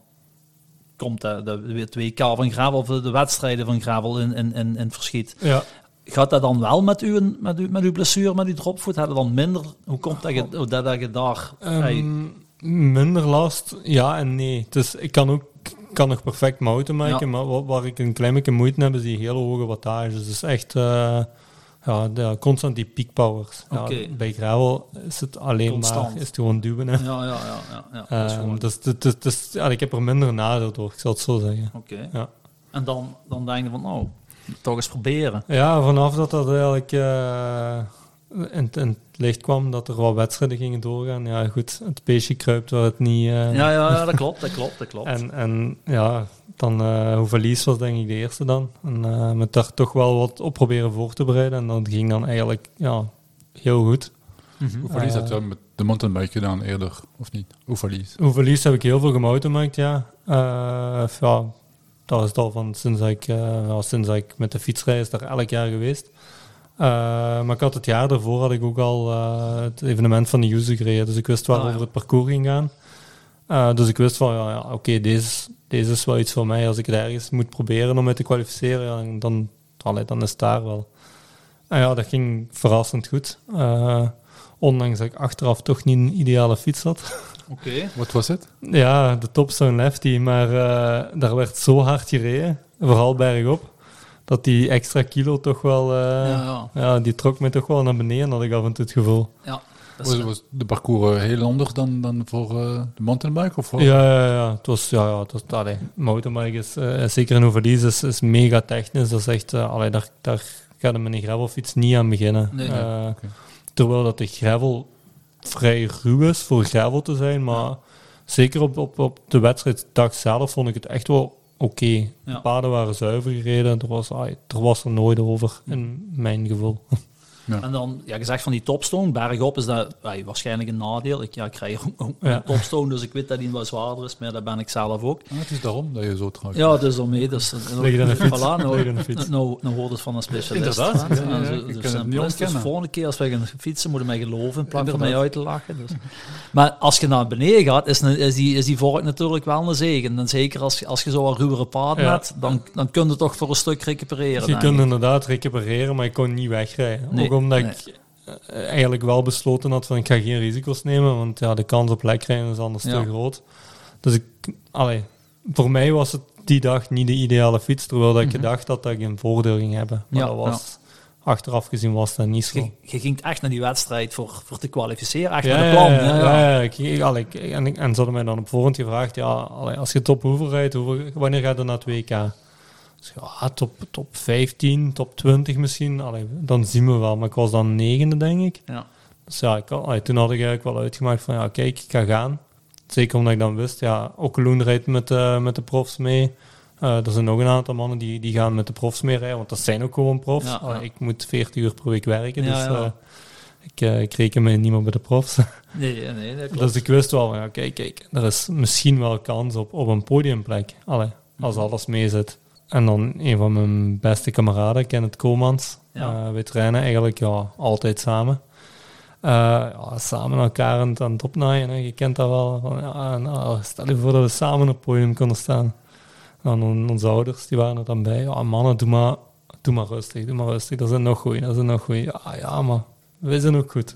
[SPEAKER 1] komt de, de, de, het W K van gravel, of de, de wedstrijden van gravel in, in, in, in het verschiet.
[SPEAKER 3] Ja.
[SPEAKER 1] Gaat dat dan wel met uw, met uw, met uw blessure, met uw dropvoet? Had het dan minder? Hoe komt dat je, dat, dat je daar...
[SPEAKER 3] Um,
[SPEAKER 1] hey,
[SPEAKER 3] minder last, ja en nee. Dus ik kan ook kan nog perfect mouten maken,
[SPEAKER 1] Ja.
[SPEAKER 3] maar waar, waar ik een klein beetje moeite heb, is die hele hoge wattages. Dus echt uh, ja, de, constant die peakpowers.
[SPEAKER 1] Oké.
[SPEAKER 3] Ja, bij gravel is het alleen
[SPEAKER 1] Constant.
[SPEAKER 3] maar is het gewoon duwen. Hè.
[SPEAKER 1] ja, ja, ja. ja, ja. Dat is
[SPEAKER 3] Um,
[SPEAKER 1] gewoon-
[SPEAKER 3] dus dus, dus, dus ja, ik heb er minder nadeel door, ik zal het zo zeggen.
[SPEAKER 1] Oké.
[SPEAKER 3] Ja.
[SPEAKER 1] En dan, dan denk je van, nou, toch eens proberen.
[SPEAKER 3] Ja, vanaf dat dat eigenlijk uh, in, in het licht kwam, dat er wat wedstrijden gingen doorgaan. Ja, goed, het beestje kruipt waar het niet... Uh,
[SPEAKER 1] Ja, ja, ja, dat klopt, dat klopt, dat klopt.
[SPEAKER 3] En, en ja, dan uh, hoe verlies was denk ik de eerste dan. En uh, met daar toch wel wat op proberen voor te bereiden. En dat ging dan eigenlijk ja, heel goed.
[SPEAKER 1] Mhm.
[SPEAKER 4] Hoe verlies dat
[SPEAKER 3] Uh,
[SPEAKER 4] wel met de mountainbike gedaan eerder, of niet? Hoe verlies?
[SPEAKER 3] Hoe verlies heb ik heel veel gemoutemaakt, ja. Uh, ja, dat is het al van sinds ik, uh, ja, sinds ik met de fiets rijd, is daar elk jaar geweest. Uh, maar ik had het jaar daarvoor had ik ook al uh, het evenement van de Yuzu gereden. Dus ik wist waarover
[SPEAKER 1] Ah, ja.
[SPEAKER 3] het parcours ging gaan. Uh, dus ik wist van, ja, ja oké, okay, deze, deze is wel iets voor mij. Als ik het ergens moet proberen om me te kwalificeren, ja, dan, allee, dan is het daar wel. En ja, dat ging verrassend goed. Uh, ondanks dat ik achteraf toch niet een ideale fiets had.
[SPEAKER 1] Oké.
[SPEAKER 4] Wat was het?
[SPEAKER 3] Ja, de Topstone Lefty, maar uh, daar werd zo hard gereden, vooral bergop, dat die extra kilo toch wel, uh,
[SPEAKER 1] Ja,
[SPEAKER 3] ja,
[SPEAKER 1] ja.
[SPEAKER 3] die trok me toch wel naar beneden, had ik af en toe het gevoel.
[SPEAKER 1] Ja, dat is,
[SPEAKER 4] Was, was de parcours uh, heel anders dan, dan voor uh, de mountainbike? Of voor?
[SPEAKER 3] Ja, ja, ja, het was, ja, ja, het was, allee, mountainbike is, uh, zeker in Overijse, is, is mega technisch, dat is echt, uh, allee, daar, daar gaat het met een gravelfiets niet aan beginnen.
[SPEAKER 1] Nee.
[SPEAKER 3] Uh,
[SPEAKER 4] Okay.
[SPEAKER 3] Terwijl dat de gravel vrij ruw is voor gravel te zijn, maar
[SPEAKER 1] Ja.
[SPEAKER 3] zeker op, op, op de wedstrijddag zelf vond ik het echt wel oké. Okay.
[SPEAKER 1] Ja.
[SPEAKER 3] De paden waren zuiver gereden, er was, ai, er was er nooit over, in mijn gevoel.
[SPEAKER 1] En dan, ja, gezegd van die topstone, bergop is dat ja, waarschijnlijk een nadeel. Ik, ja, ik krijg ook ook
[SPEAKER 3] Ja.
[SPEAKER 1] een topstone, dus ik weet dat die wat zwaarder is, maar dat ben ik zelf ook.
[SPEAKER 4] Ah, het is daarom dat je zo traag
[SPEAKER 1] Ja, dus daarmee. Dus,
[SPEAKER 3] Leg je dan een fiets?
[SPEAKER 1] Voilà, nou,
[SPEAKER 3] Leg je dan een fiets?
[SPEAKER 1] nou, nou hoort het van een specialist.
[SPEAKER 4] Inderdaad,
[SPEAKER 1] hè.
[SPEAKER 4] ja, ja,
[SPEAKER 1] En
[SPEAKER 4] ja,
[SPEAKER 1] zo-
[SPEAKER 4] ik
[SPEAKER 1] zo
[SPEAKER 4] kan het
[SPEAKER 1] simpel
[SPEAKER 4] niet
[SPEAKER 1] is. Dus
[SPEAKER 4] ontkennen.
[SPEAKER 1] de volgende keer als wij gaan fietsen, moeten we mij geloven in plaats van mij
[SPEAKER 4] Inderdaad.
[SPEAKER 1] uit te lachen. Dus. Maar als je naar beneden gaat, is, een, is, die, is die vork natuurlijk wel een zegen. En zeker als, je- als je zo wat ruwere paden
[SPEAKER 3] Ja.
[SPEAKER 1] hebt, dan, dan kun je toch voor een stuk recupereren.
[SPEAKER 3] Je
[SPEAKER 1] denk
[SPEAKER 3] kunt
[SPEAKER 1] ik.
[SPEAKER 3] inderdaad recupereren, maar ik kon niet wegrijden.
[SPEAKER 1] Nee,
[SPEAKER 3] Ook omdat
[SPEAKER 1] nee.
[SPEAKER 3] ik uh, eigenlijk wel besloten had van ik ga geen risico's nemen, want ja, de kans op lekrijden is anders
[SPEAKER 1] Ja.
[SPEAKER 3] te groot. Dus ik, allee, voor mij was het die dag niet de ideale fiets, terwijl dat ik
[SPEAKER 1] Mhm.
[SPEAKER 3] gedacht had dat ik een voordeel ging hebben. Maar
[SPEAKER 1] Ja,
[SPEAKER 3] dat was, achteraf gezien was dat niet zo.
[SPEAKER 1] Je, je ging echt naar die wedstrijd voor, voor te kwalificeren, echt
[SPEAKER 3] Ja,
[SPEAKER 1] met een plan.
[SPEAKER 3] ja,
[SPEAKER 1] Ja,
[SPEAKER 3] ja,
[SPEAKER 1] ja.
[SPEAKER 3] ja, ik, ik, allee, ik- en, ik- en ze hadden mij dan op voorhand gevraagd, ja, allee, als je top hoeveel rijdt, hoeveel, wanneer gaat er naar het W K? Dus ja, top, top vijftien, top twintig misschien, allee, dan zien we wel. Maar ik was dan negende, denk ik.
[SPEAKER 1] Ja.
[SPEAKER 3] Dus ja, ik, had- allee, toen had ik eigenlijk wel uitgemaakt van, ja, kijk, ik ga gaan. Zeker omdat ik dan wist, ja, Okkeloen rijdt met, uh, met de profs mee. Uh, er zijn nog een aantal mannen die, die gaan met de profs mee rijden, want dat zijn ook gewoon profs.
[SPEAKER 1] Ja,
[SPEAKER 3] Allee,
[SPEAKER 1] ja.
[SPEAKER 3] ik moet veertig uur per week werken,
[SPEAKER 1] Ja,
[SPEAKER 3] dus
[SPEAKER 1] ja.
[SPEAKER 3] uh, ik, uh, ik reken me niet meer bij de profs.
[SPEAKER 1] Nee, nee, nee, dat klopt.
[SPEAKER 3] Dus ik wist wel, ja, kijk, kijk, er is misschien wel kans op, op een podiumplek. Allee, als alles mee zit. En dan een van mijn beste kameraden, Kenneth Koolmans.
[SPEAKER 1] Ja.
[SPEAKER 3] Uh, we trainen eigenlijk ja, altijd samen. Uh, ja, samen elkaar aan het, aan het opnaaien. Hè. Je kent dat wel. Van, ja, nou, stel je voor dat we samen op het podium konden staan. En on- onze ouders die waren er dan bij. Ja, mannen, doe maar, doe maar rustig, doe maar rustig. Dat zijn nog goeie, dat zijn nog goeie. Ja, ja, maar wij zijn ook goed.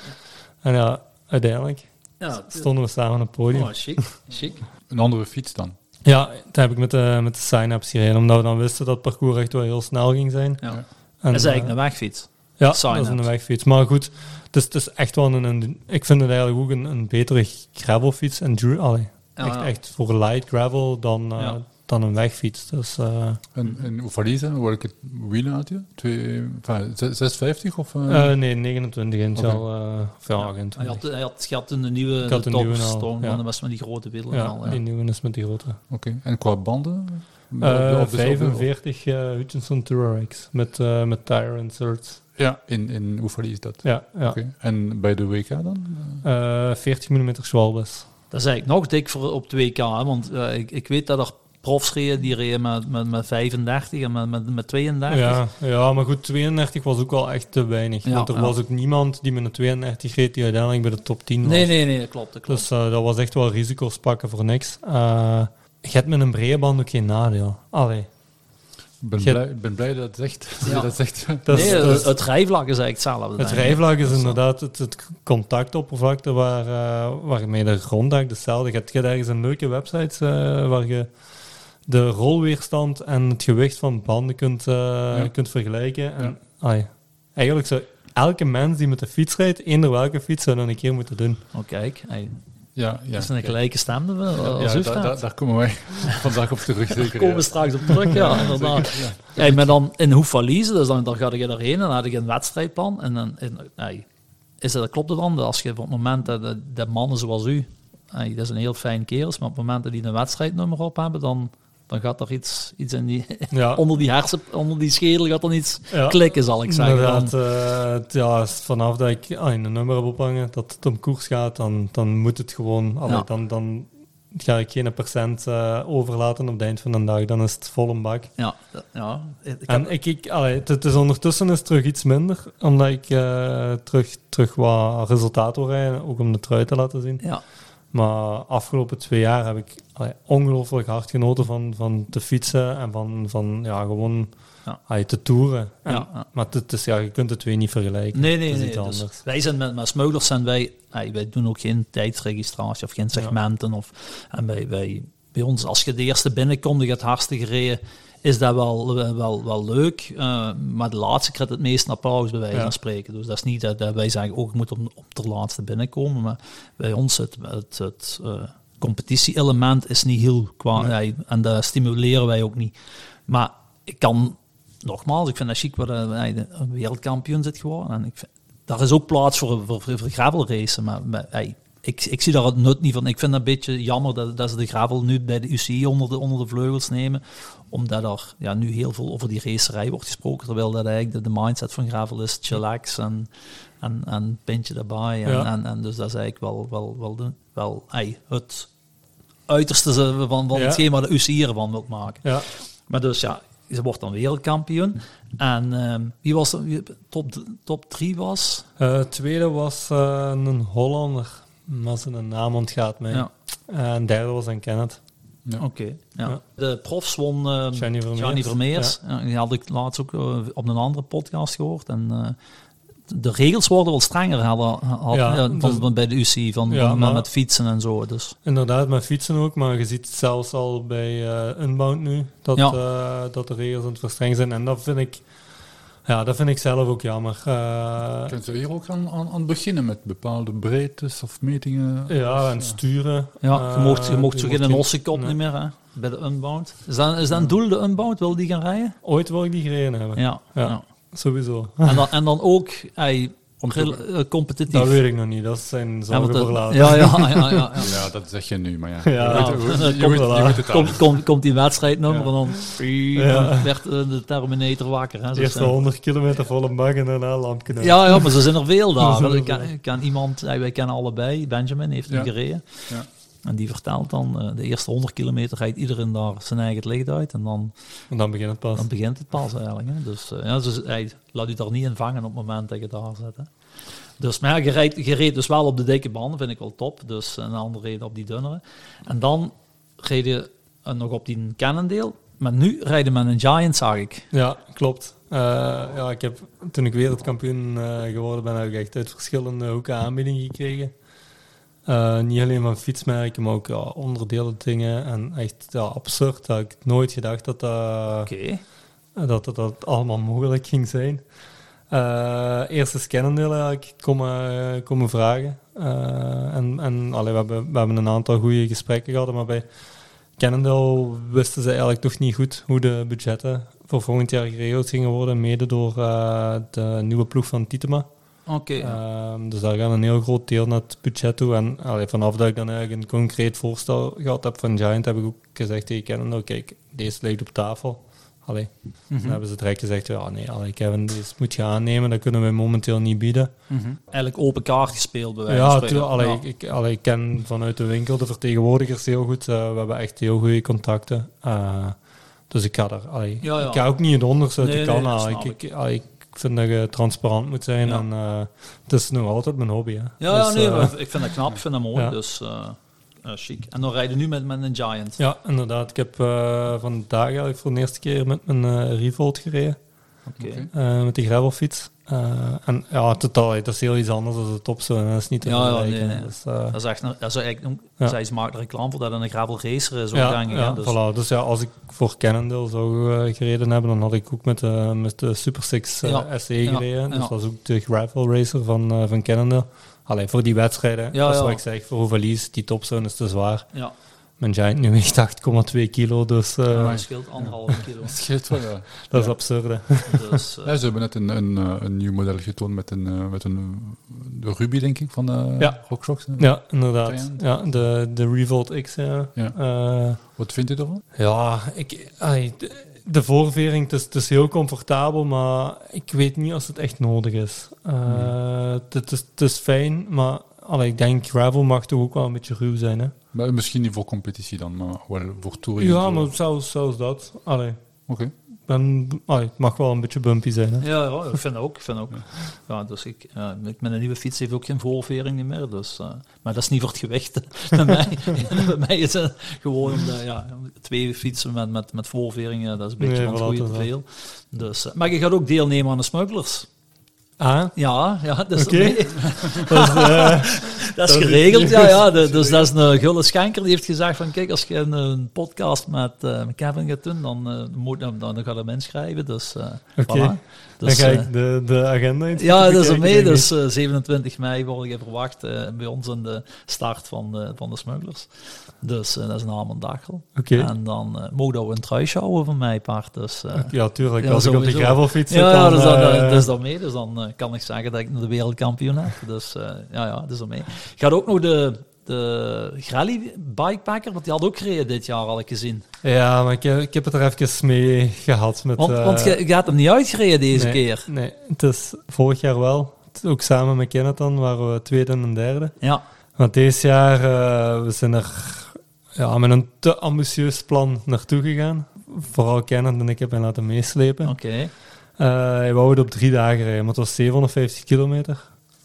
[SPEAKER 3] En ja, uiteindelijk
[SPEAKER 1] Ja,
[SPEAKER 3] stonden we samen op het podium.
[SPEAKER 1] oh, chic, chic.
[SPEAKER 4] Een andere fiets dan?
[SPEAKER 3] Ja, dat heb ik met de, met de sign-ups gereden, omdat we dan wisten dat het parcours echt wel heel snel ging zijn.
[SPEAKER 1] Ja.
[SPEAKER 3] En,
[SPEAKER 1] Dat is eigenlijk
[SPEAKER 3] eh,
[SPEAKER 1] een wegfiets.
[SPEAKER 3] ja,
[SPEAKER 1] sign-ups.
[SPEAKER 3] dat is een wegfiets. Maar goed, het is, het is echt wel een, een... Ik vind het eigenlijk ook een, een betere gravelfiets. En du- allee,
[SPEAKER 1] Ja,
[SPEAKER 3] echt,
[SPEAKER 1] ja.
[SPEAKER 3] echt voor light gravel dan, uh,
[SPEAKER 1] Ja.
[SPEAKER 3] dan een wegfiets. Dus, uh,
[SPEAKER 4] En, en hoe verliezen? Welke wielen had je? Twee, enfin, zes- zesenvijftig of? Uh?
[SPEAKER 3] uh, nee, negenentwintig inch
[SPEAKER 4] Oké.
[SPEAKER 3] al. Uh, of ja,
[SPEAKER 1] Hij
[SPEAKER 3] achtentwintig.
[SPEAKER 1] had, hij had, je had toen de nieuwe
[SPEAKER 3] Ik had
[SPEAKER 1] de
[SPEAKER 3] de nieuwe
[SPEAKER 1] Topstone,
[SPEAKER 3] al,
[SPEAKER 1] maar
[SPEAKER 3] ja.
[SPEAKER 1] dat was met die grote wielen en
[SPEAKER 3] Ja,
[SPEAKER 1] al. Ja.
[SPEAKER 3] die nieuwe is met die grote.
[SPEAKER 4] Oké. En qua banden?
[SPEAKER 3] Uh,
[SPEAKER 4] Op de- op de-
[SPEAKER 3] vijfenveertig uh, Hutchinson Touaregs met, uh, met tire inserts.
[SPEAKER 4] Ja, in, in hoe verlies dat?
[SPEAKER 3] Ja, ja.
[SPEAKER 4] Oké. En bij de W K dan?
[SPEAKER 3] Uh, veertig millimeter Schwalbes.
[SPEAKER 1] Dat is eigenlijk nog dik voor op het W K, hè, want uh, ik, ik weet dat er profs reden, die reden met, met, met vijfendertig en met, met, met tweeëndertig.
[SPEAKER 3] Ja, ja, maar goed, tweeëndertig was ook wel echt te weinig.
[SPEAKER 1] Ja,
[SPEAKER 3] want er
[SPEAKER 1] ja.
[SPEAKER 3] was ook niemand die met een tweeëndertig reed die uiteindelijk bij de top tien was.
[SPEAKER 1] Nee, nee, nee, dat klopt. Dat klopt.
[SPEAKER 3] Dus uh, dat was echt wel risico's pakken voor niks. Uh, je hebt met een brede band ook geen nadeel. Allee.
[SPEAKER 4] Ik ben,
[SPEAKER 3] Je-
[SPEAKER 4] blij, ik ben blij dat het zegt. Dat
[SPEAKER 1] Ja.
[SPEAKER 4] je dat zegt.
[SPEAKER 3] Dat is-
[SPEAKER 1] nee,
[SPEAKER 3] dat
[SPEAKER 1] het,
[SPEAKER 3] is-
[SPEAKER 1] het rijvlak is eigenlijk hetzelfde.
[SPEAKER 3] Het
[SPEAKER 1] denk ik.
[SPEAKER 3] rijvlak is
[SPEAKER 1] Dat
[SPEAKER 3] inderdaad het, het contactoppervlakte waar, uh, waarmee de grond eigenlijk hetzelfde. Je hebt je hebt ergens een leuke website uh, waar je de rolweerstand en het gewicht van banden kunt, uh,
[SPEAKER 4] Ja.
[SPEAKER 3] kunt vergelijken. En,
[SPEAKER 4] Ja.
[SPEAKER 3] ai, eigenlijk zou elke mens die met de fiets rijdt, eender welke fiets, zou dat een keer moeten doen.
[SPEAKER 1] Oh, kijk, hey,
[SPEAKER 4] Ja, ja.
[SPEAKER 1] dat is een gelijke stem dat we,
[SPEAKER 4] Ja,
[SPEAKER 1] als
[SPEAKER 4] ja,
[SPEAKER 1] u
[SPEAKER 4] da-
[SPEAKER 1] vraagt.
[SPEAKER 4] da- daar komen wij vandaag op terug.
[SPEAKER 1] Daar
[SPEAKER 4] Zeker,
[SPEAKER 1] komen
[SPEAKER 4] ja.
[SPEAKER 1] we straks op terug, ja, inderdaad.
[SPEAKER 4] Zeker, ja.
[SPEAKER 1] Hey, maar dan in Hoefalize, dus dan, dan ga je erheen en dan had ik een wedstrijdplan. En dan en, hey, is dat, klopt het dan? Als je op het moment dat de, de mannen zoals u, hey, dat is een heel fijn kerels, maar op het moment dat die een wedstrijdnummer op hebben, dan, dan gaat er iets, iets in die,
[SPEAKER 3] Ja.
[SPEAKER 1] onder die hersen, onder die schedel gaat dan iets
[SPEAKER 3] Ja.
[SPEAKER 1] klikken, zal ik zeggen.
[SPEAKER 3] Inderdaad,
[SPEAKER 1] Dan,
[SPEAKER 3] uh, het- ja, als het vanaf dat ik ah, een nummer heb ophangen, dat het om koers gaat, dan, dan moet het gewoon... Allee,
[SPEAKER 1] Ja.
[SPEAKER 3] dan, dan ga ik geen procent uh, overlaten op het eind van de dag. Dan is het vol een bak.
[SPEAKER 1] ja, ja, ik heb-
[SPEAKER 3] En ik, ik, allee, het, het is ondertussen is het terug iets minder, omdat ik uh, terug, terug wat resultaat wil rijden, ook om de trui te laten zien.
[SPEAKER 1] ja,
[SPEAKER 3] Maar afgelopen twee jaar heb ik allee, ongelooflijk hard genoten van, van te fietsen en van, van ja, gewoon
[SPEAKER 1] Ja.
[SPEAKER 3] allee, te toeren. En,
[SPEAKER 1] Ja, ja.
[SPEAKER 3] Maar het is, ja, je kunt de twee niet vergelijken.
[SPEAKER 1] nee, nee,
[SPEAKER 3] Het is
[SPEAKER 1] nee.
[SPEAKER 3] iets
[SPEAKER 1] Dus
[SPEAKER 3] anders.
[SPEAKER 1] wij zijn met, met Smuglers zijn wij, hey, wij doen ook geen tijdsregistratie of geen segmenten. Of, en wij, wij, bij ons, als je de eerste binnenkomt, je hebt hartstikke gereden, is dat wel, wel, wel leuk. Uh, maar de laatste krijgt het meest applaus, bij wijze
[SPEAKER 3] Ja.
[SPEAKER 1] van spreken. Dus dat is niet dat, dat wij zeggen, ook ik moet op, op de laatste binnenkomen. Maar bij ons, het, het, het uh, competitie-element is niet heel qua...
[SPEAKER 3] Nee.
[SPEAKER 1] hey, en dat stimuleren wij ook niet. Maar ik kan... Nogmaals, ik vind dat chic waar de, een wereldkampioen zit geworden. En ik vind, daar is ook plaats voor, voor, voor gravel racen. Maar, maar hey, ik, ik zie daar het nut niet van. Ik vind het een beetje jammer dat, dat ze de gravel nu bij de U C I onder de, onder de vleugels nemen. Omdat er ja, nu heel veel over die racerij wordt gesproken. Terwijl dat eigenlijk de, de mindset van gravel is chillax en, en, en pintje erbij. En,
[SPEAKER 3] Ja.
[SPEAKER 1] en, en dus dat is eigenlijk wel, wel, wel, de, wel hey, het uiterste van, van
[SPEAKER 3] Ja.
[SPEAKER 1] hetgeen waar de U C I ervan wil maken.
[SPEAKER 3] Ja.
[SPEAKER 1] Maar dus ja, ze wordt dan wereldkampioen. En um, wie was er, wie top, top drie was?
[SPEAKER 3] Uh, tweede was uh, een Hollander, maar zijn naam ontgaat mij.
[SPEAKER 1] Ja.
[SPEAKER 3] En derde was een Kenneth.
[SPEAKER 4] Ja.
[SPEAKER 1] Oké. Okay, ja.
[SPEAKER 3] Ja.
[SPEAKER 1] De profs won um,
[SPEAKER 3] Gianni Vermeers.
[SPEAKER 1] Gianni Vermeers. Ja. Die had ik laatst ook uh, op een andere podcast gehoord. En uh, de regels worden wel strenger hadden, had,
[SPEAKER 3] Ja,
[SPEAKER 1] ja, van,
[SPEAKER 3] dus-
[SPEAKER 1] van bij de U C I, van,
[SPEAKER 3] Ja,
[SPEAKER 1] van
[SPEAKER 3] maar-
[SPEAKER 1] met fietsen en zo. Dus.
[SPEAKER 3] Inderdaad, met fietsen ook, maar je ziet het zelfs al bij uh, Unbound nu, dat,
[SPEAKER 1] Ja.
[SPEAKER 3] uh, dat de regels aan het verstrengen zijn. En dat vind ik, ja, dat vind ik zelf ook jammer. Uh,
[SPEAKER 4] Kunnen ze hier ook aan, aan, aan beginnen met bepaalde breedtes of metingen?
[SPEAKER 3] ja, en sturen.
[SPEAKER 1] Ja, je mocht, je
[SPEAKER 3] Uh,
[SPEAKER 1] mocht zo geen
[SPEAKER 3] geen-
[SPEAKER 1] ossekop
[SPEAKER 3] nee.
[SPEAKER 1] niet meer hè, bij de Unbound. Is dat, is dat een doel, de Unbound? Wil die gaan rijden?
[SPEAKER 3] Ooit wil ik die gereden hebben.
[SPEAKER 1] Ja.
[SPEAKER 3] Ja.
[SPEAKER 1] ja.
[SPEAKER 3] Sowieso.
[SPEAKER 1] En, dan, en dan ook hey, rel- uh, competitief.
[SPEAKER 3] Dat weet ik nog niet, dat zijn
[SPEAKER 1] Ja,
[SPEAKER 3] zorgen
[SPEAKER 1] want,
[SPEAKER 3] voor
[SPEAKER 1] uh,
[SPEAKER 3] later.
[SPEAKER 1] ja, ja, ja, ja, ja.
[SPEAKER 4] Ja, dat zeg je nu, maar ja.
[SPEAKER 3] Ja,
[SPEAKER 4] je weet,
[SPEAKER 1] ja,
[SPEAKER 4] je, je,
[SPEAKER 1] komt
[SPEAKER 4] weet,
[SPEAKER 3] wel
[SPEAKER 4] je
[SPEAKER 3] aan.
[SPEAKER 4] weet het al.
[SPEAKER 1] Komt komt- komt die wedstrijdnummer
[SPEAKER 4] Ja.
[SPEAKER 1] en dan,
[SPEAKER 3] Ja.
[SPEAKER 1] dan werd uh, de Terminator wakker. Hè,
[SPEAKER 3] De
[SPEAKER 1] zo
[SPEAKER 3] eerste
[SPEAKER 1] zijn.
[SPEAKER 3] honderd kilometer volle bak en daarna lampje uit.
[SPEAKER 1] Ja, ja, maar ze zijn er veel
[SPEAKER 3] Er
[SPEAKER 1] daar.
[SPEAKER 3] zijn er
[SPEAKER 1] Ik kan,
[SPEAKER 3] veel.
[SPEAKER 1] ik kan iemand, hey, wij kennen allebei, Benjamin heeft hem
[SPEAKER 4] Ja.
[SPEAKER 1] gereden.
[SPEAKER 4] Ja.
[SPEAKER 1] En die vertelt dan, uh, de eerste honderd kilometer rijdt iedereen daar zijn eigen het licht uit. En dan,
[SPEAKER 3] En dan begint het pas.
[SPEAKER 1] dan begint het pas eigenlijk. Hè. Dus, uh, ja, dus hey, laat u daar niet in vangen op het moment dat je daar zit. Hè. Dus, maar ja, je, rijdt, je reed dus wel op de dikke banden, vind ik wel top. Dus een andere reed op die dunnere. En dan reed je uh, nog op die Cannondale. Maar nu rijden met een Giant, zag ik.
[SPEAKER 3] Ja, klopt. Uh, ja, ik heb, toen ik wereldkampioen uh, geworden ben, heb ik echt uit verschillende hoeken aanbiedingen gekregen. Uh, niet alleen van fietsmerken, maar ook ja, onderdelen dingen. En echt ja, absurd. Dat ik nooit gedacht dat, uh,
[SPEAKER 1] Oké.
[SPEAKER 3] dat, dat dat allemaal mogelijk ging zijn. Uh, eerste scannendelen heb ik komen, komen vragen. Uh, en en allee, we, hebben, we hebben een aantal goede gesprekken gehad, maar bij Cannondale wisten ze eigenlijk toch niet goed hoe de budgetten voor volgend jaar geregeld gingen worden, mede door uh, de nieuwe ploeg van Titema.
[SPEAKER 1] Oké.
[SPEAKER 3] Um, dus daar gaat een heel groot deel naar het budget toe. En allee, vanaf dat ik dan eigenlijk een concreet voorstel gehad heb van Giant, heb ik ook gezegd tegen Cannondale, kijk, deze ligt op tafel. allee,
[SPEAKER 1] Mm-hmm.
[SPEAKER 3] dan hebben ze direct gezegd, ja nee, allee, Kevin, deze moet je aannemen, dat kunnen we momenteel niet bieden.
[SPEAKER 1] Mm-hmm. Eigenlijk open kaart gespeeld bij wijze
[SPEAKER 3] Ja,
[SPEAKER 1] van spreken.
[SPEAKER 3] tu- allee,
[SPEAKER 1] Ja.
[SPEAKER 3] ik, ik, allee, ik ken vanuit de winkel de vertegenwoordigers heel goed. Uh, we hebben echt heel goede contacten. Uh, dus ik ga er, allee,
[SPEAKER 1] Ja, ja.
[SPEAKER 3] ik ga ook niet het onderste uit
[SPEAKER 1] Nee,
[SPEAKER 3] de kan
[SPEAKER 1] nee, dat
[SPEAKER 3] halen.
[SPEAKER 1] snap
[SPEAKER 3] Ik, ik, allee, ik vind dat je transparant moet zijn
[SPEAKER 1] Ja.
[SPEAKER 3] en uh, het is nog altijd mijn hobby. Hè.
[SPEAKER 1] Ja, ja,
[SPEAKER 3] Dus,
[SPEAKER 1] nee,
[SPEAKER 3] uh,
[SPEAKER 1] maar ik vind dat knap, ik vind dat mooi,
[SPEAKER 3] ja.
[SPEAKER 1] dus uh, uh, chic. En dan rijden nu met, met een Giant.
[SPEAKER 3] ja, inderdaad. Ik heb uh, vandaag eigenlijk voor de eerste keer met mijn uh, Revolt gereden.
[SPEAKER 1] Oké.
[SPEAKER 4] Oké.
[SPEAKER 3] Uh, met die gravelfiets. Uh, en ja, totaal, dat is heel iets anders dan de topzone. Dat is niet te
[SPEAKER 1] Ja, ja,
[SPEAKER 3] vergelijken.
[SPEAKER 1] nee, nee.
[SPEAKER 3] Dus, uh,
[SPEAKER 1] Dat is echt, een- dat is eigenlijk,
[SPEAKER 3] Ja.
[SPEAKER 1] zij ze maken reclame voor dat een gravel racer is, ook
[SPEAKER 3] ja,
[SPEAKER 1] denk ik.
[SPEAKER 3] ja,
[SPEAKER 1] hè, dus.
[SPEAKER 3] voilà. Dus ja, als ik voor Cannondale zou uh, gereden hebben, dan had ik ook met, uh, met de Super Six uh,
[SPEAKER 1] Ja.
[SPEAKER 3] S E
[SPEAKER 1] Ja,
[SPEAKER 3] gereden. Dus
[SPEAKER 1] ja.
[SPEAKER 3] dat is ook de gravel racer van, uh, van Cannondale. Allee, voor die wedstrijden,
[SPEAKER 1] Ja,
[SPEAKER 3] dat is
[SPEAKER 1] ja.
[SPEAKER 3] wat ik zeg, voor Ovalis, die topzone is te zwaar.
[SPEAKER 1] Ja,
[SPEAKER 3] Mijn Giant nu weegt acht komma twee kilo, dus uh,
[SPEAKER 1] ja, dat scheelt anderhalve kilo.
[SPEAKER 4] Dat scheelt wel, ja.
[SPEAKER 3] dat is
[SPEAKER 4] Ja.
[SPEAKER 3] absurd. Hè.
[SPEAKER 1] Dus, uh,
[SPEAKER 4] Ja, ze hebben net een, een, eh, een nieuw model getoond met een, eh, met een de Ruby, denk ik, van de
[SPEAKER 3] Ja.
[SPEAKER 4] RockShox. hè?
[SPEAKER 3] Ja, inderdaad.
[SPEAKER 4] Giant.
[SPEAKER 3] Ja, de, de Revolt X. Ja.
[SPEAKER 4] Ja.
[SPEAKER 3] Uh,
[SPEAKER 4] Wat vindt u ervan?
[SPEAKER 3] Ja, ik, ay, de, de voorvering, het is, het is heel comfortabel, maar ik weet niet als het echt nodig is. Uh, het, het is. Het is fijn, maar allee, ik denk gravel mag toch ook wel een beetje ruw zijn. Hè?
[SPEAKER 4] Maar misschien niet voor competitie dan, maar wel voor touring. en
[SPEAKER 3] Ja,
[SPEAKER 4] zo.
[SPEAKER 3] maar zelfs, zelfs dat. Allee,
[SPEAKER 4] Oké.
[SPEAKER 3] ben, allee, het mag wel een beetje bumpy zijn. Hè?
[SPEAKER 1] ja, ja, ik vind dat ook. Ik vind dat ook. Ja, dus ik, ja, ik, met een nieuwe fiets heeft ook geen voorvering niet meer. Dus, uh, maar dat is niet voor het gewicht. bij, mij, bij mij is het gewoon omdat, ja, twee fietsen met, met, met voorveringen, dat is een beetje
[SPEAKER 3] Nee,
[SPEAKER 1] van het
[SPEAKER 3] voilà,
[SPEAKER 1] goede
[SPEAKER 3] dat
[SPEAKER 1] te
[SPEAKER 3] is
[SPEAKER 1] veel. Dus, uh, maar je gaat ook deelnemen aan de smugglers.
[SPEAKER 3] Ah,
[SPEAKER 1] Ja, ja, dat is,
[SPEAKER 3] Oké.
[SPEAKER 1] nee,
[SPEAKER 3] dat is, uh,
[SPEAKER 1] dat is
[SPEAKER 3] is-
[SPEAKER 1] geregeld. Ja, ja, de, dus dat is een gulle schenker die heeft gezegd van kijk, als je een, een podcast met, uh, met Kevin gaat doen, dan, uh, moet, dan, dan gaat hem inschrijven. Dus, uh,
[SPEAKER 3] Oké.
[SPEAKER 1] voilà.
[SPEAKER 3] dan
[SPEAKER 1] Dus,
[SPEAKER 3] ga
[SPEAKER 1] uh,
[SPEAKER 3] ik de, de agenda eens
[SPEAKER 1] ja,
[SPEAKER 3] even
[SPEAKER 1] dat is er
[SPEAKER 3] bekijken,
[SPEAKER 1] mee.
[SPEAKER 3] denk ik.
[SPEAKER 1] Dus uh, zevenentwintig mei word ik verwacht uh, bij ons in de start van de, van de smugglers. Dus uh, dat is een avond dagel.
[SPEAKER 3] Oké.
[SPEAKER 1] En dan uh, mogen we een truisje houden van mijn part. Dus, uh,
[SPEAKER 3] Ja, tuurlijk.
[SPEAKER 1] Ja,
[SPEAKER 3] als ik op
[SPEAKER 1] sowieso.
[SPEAKER 3] die gravelfiets zit,
[SPEAKER 1] ja, ja,
[SPEAKER 3] dan...
[SPEAKER 1] dus dan,
[SPEAKER 3] uh,
[SPEAKER 1] uh, dus dan mee. Dus dan uh, kan ik zeggen dat ik naar de wereldkampioen heb. Dus uh, ja, ja, dus dan mee. Gaat ook nog de, de Grally bikepacker, want die had ook gereden dit jaar, al ik gezien.
[SPEAKER 3] Ja, maar ik heb, ik heb het er even mee gehad. Met,
[SPEAKER 1] Want,
[SPEAKER 3] uh,
[SPEAKER 1] want je, je had hem niet uitgereden deze
[SPEAKER 3] nee,
[SPEAKER 1] keer.
[SPEAKER 3] Nee, het is vorig jaar wel. Ook samen met Kenneth dan waren we tweede en derde.
[SPEAKER 1] Ja,
[SPEAKER 3] Want deze jaar, uh, we zijn er ja, met een te ambitieus plan naartoe gegaan. Vooral Kenneth en ik heb hem laten meeslepen.
[SPEAKER 1] oké.
[SPEAKER 3] Uh, hij wou het op drie dagen rijden, maar het was zevenhonderdvijftig kilometer.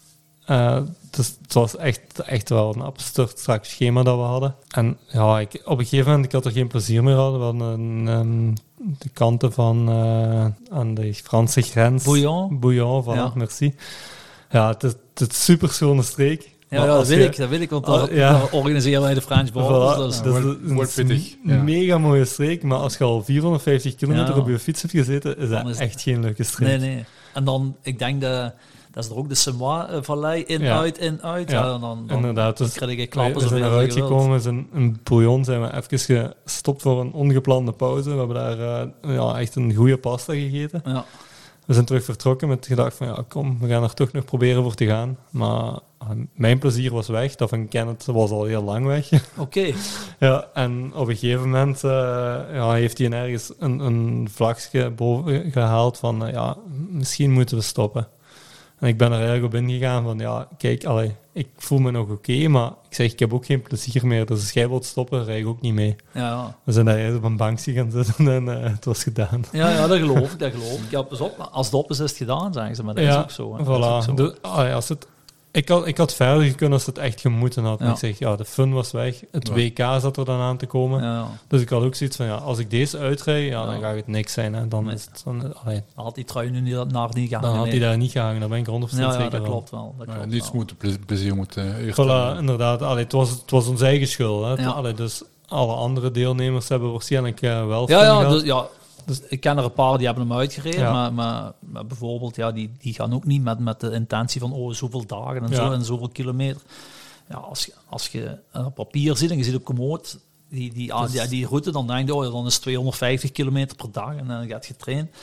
[SPEAKER 3] Uh, dus het was echt, echt wel een absurd strak schema dat we hadden. En ja, ik, op een gegeven moment, ik had er geen plezier meer aan. We hadden een, um, de kanten van uh, aan de Franse grens.
[SPEAKER 1] Bouillon.
[SPEAKER 3] Bouillon, van
[SPEAKER 1] Ja.
[SPEAKER 3] merci. Ja, het is, het is super schone streek.
[SPEAKER 1] Ja,
[SPEAKER 3] Maar
[SPEAKER 1] ja, dat
[SPEAKER 3] als
[SPEAKER 1] weet
[SPEAKER 3] je-
[SPEAKER 1] ik, dat weet ik, want
[SPEAKER 3] Ah,
[SPEAKER 1] daar,
[SPEAKER 3] ja.
[SPEAKER 1] daar organiseren wij de French Borders.
[SPEAKER 3] Voilà,
[SPEAKER 1] Dus.
[SPEAKER 3] dat is
[SPEAKER 4] wel-
[SPEAKER 3] een
[SPEAKER 4] wel pittig, ja.
[SPEAKER 3] mega mooie streek, maar als je al vierhonderdvijftig kilometer
[SPEAKER 1] Ja.
[SPEAKER 3] op je fiets hebt gezeten, is dat
[SPEAKER 1] Dan is het-
[SPEAKER 3] echt geen leuke streek.
[SPEAKER 1] Nee, nee. En dan, ik denk de, dat is er ook de Semois-vallei, in,
[SPEAKER 3] Ja.
[SPEAKER 1] uit, in, uit.
[SPEAKER 3] Ja,
[SPEAKER 1] Ja, dan, dan,
[SPEAKER 3] Inderdaad,
[SPEAKER 1] dan
[SPEAKER 3] dus
[SPEAKER 1] krijg ik
[SPEAKER 3] we,
[SPEAKER 1] klappen
[SPEAKER 3] we
[SPEAKER 1] zoveel
[SPEAKER 3] zijn
[SPEAKER 1] als
[SPEAKER 3] eruit
[SPEAKER 1] je wilt.
[SPEAKER 3] gekomen, we zijn een bouillon zijn we even gestopt voor een ongeplande pauze. We hebben daar uh, ja, echt een goede pasta gegeten.
[SPEAKER 1] Ja.
[SPEAKER 3] We zijn terug vertrokken met de gedachte van ja, kom, we gaan er toch nog proberen voor te gaan. Maar uh, mijn plezier was weg, dat van Kenneth was al heel lang weg.
[SPEAKER 1] Oké.
[SPEAKER 3] Ja, en op een gegeven moment uh, ja, heeft hij ergens een, een vlagje boven gehaald van uh, ja, misschien moeten we stoppen. En ik ben er eigenlijk op ingegaan van ja, kijk, allee, ik voel me nog oké, okay, maar ik zeg, ik heb ook geen plezier meer. Dus als jij wilt stoppen, rijd ik ook niet mee.
[SPEAKER 1] Ja, ja.
[SPEAKER 3] We zijn daar eerst op een bankje gaan zitten en uh, het was gedaan.
[SPEAKER 1] Ja, ja, dat geloof ik, dat geloof ik. Ja, pas op, als het op is, is het gedaan, zeggen ze, maar dat
[SPEAKER 3] ja,
[SPEAKER 1] is ook zo. Hè. Dat is ook
[SPEAKER 3] Voilà.
[SPEAKER 1] zo.
[SPEAKER 3] De, allee, als het, ik, had, ik had verder gekund als het echt gemoeten had. Maar
[SPEAKER 1] Ja.
[SPEAKER 3] ik zeg, ja, de fun was weg. Het
[SPEAKER 4] Ja.
[SPEAKER 3] W K zat er dan aan te komen.
[SPEAKER 1] Ja, ja.
[SPEAKER 3] Dus ik had ook zoiets van, ja, als ik deze uitrijd, ja, dan
[SPEAKER 1] Ja.
[SPEAKER 3] gaat het niks zijn. Hè. Dan,
[SPEAKER 1] Nee.
[SPEAKER 3] is het, dan, allee,
[SPEAKER 1] Dan had die trui nu niet naar die gaan.
[SPEAKER 3] dan had
[SPEAKER 1] nee.
[SPEAKER 3] hij daar niet gehangen, daar ben ik honderd procent
[SPEAKER 1] Ja, ja,
[SPEAKER 3] zeker
[SPEAKER 1] dat
[SPEAKER 3] van.
[SPEAKER 1] klopt wel. Dat
[SPEAKER 4] Maar
[SPEAKER 1] klopt
[SPEAKER 4] niets
[SPEAKER 1] wel.
[SPEAKER 4] moet ple- plezier moeten eerst.
[SPEAKER 3] Voilà, inderdaad. Allee, het, was, het was onze eigen schuld. Hè.
[SPEAKER 1] Ja.
[SPEAKER 3] Allee, dus alle andere deelnemers hebben waarschijnlijk uh, wel
[SPEAKER 1] Ja,
[SPEAKER 3] fun
[SPEAKER 1] ja,
[SPEAKER 3] gehad.
[SPEAKER 1] dus, ja. Dus ik ken er een paar die hebben hem uitgereden,
[SPEAKER 3] Ja.
[SPEAKER 1] maar, maar, maar bijvoorbeeld, ja, die, die gaan ook niet met, met de intentie van oh, zoveel dagen en
[SPEAKER 3] Ja.
[SPEAKER 1] zo en zoveel kilometer. Ja, als, je- als je op papier ziet en je ziet op Komoot die, die, ah,
[SPEAKER 3] Dus-
[SPEAKER 1] die, die route, dan denk je, oh, ja, dan is het tweehonderdvijftig kilometer per dag en dan gaat je trainen.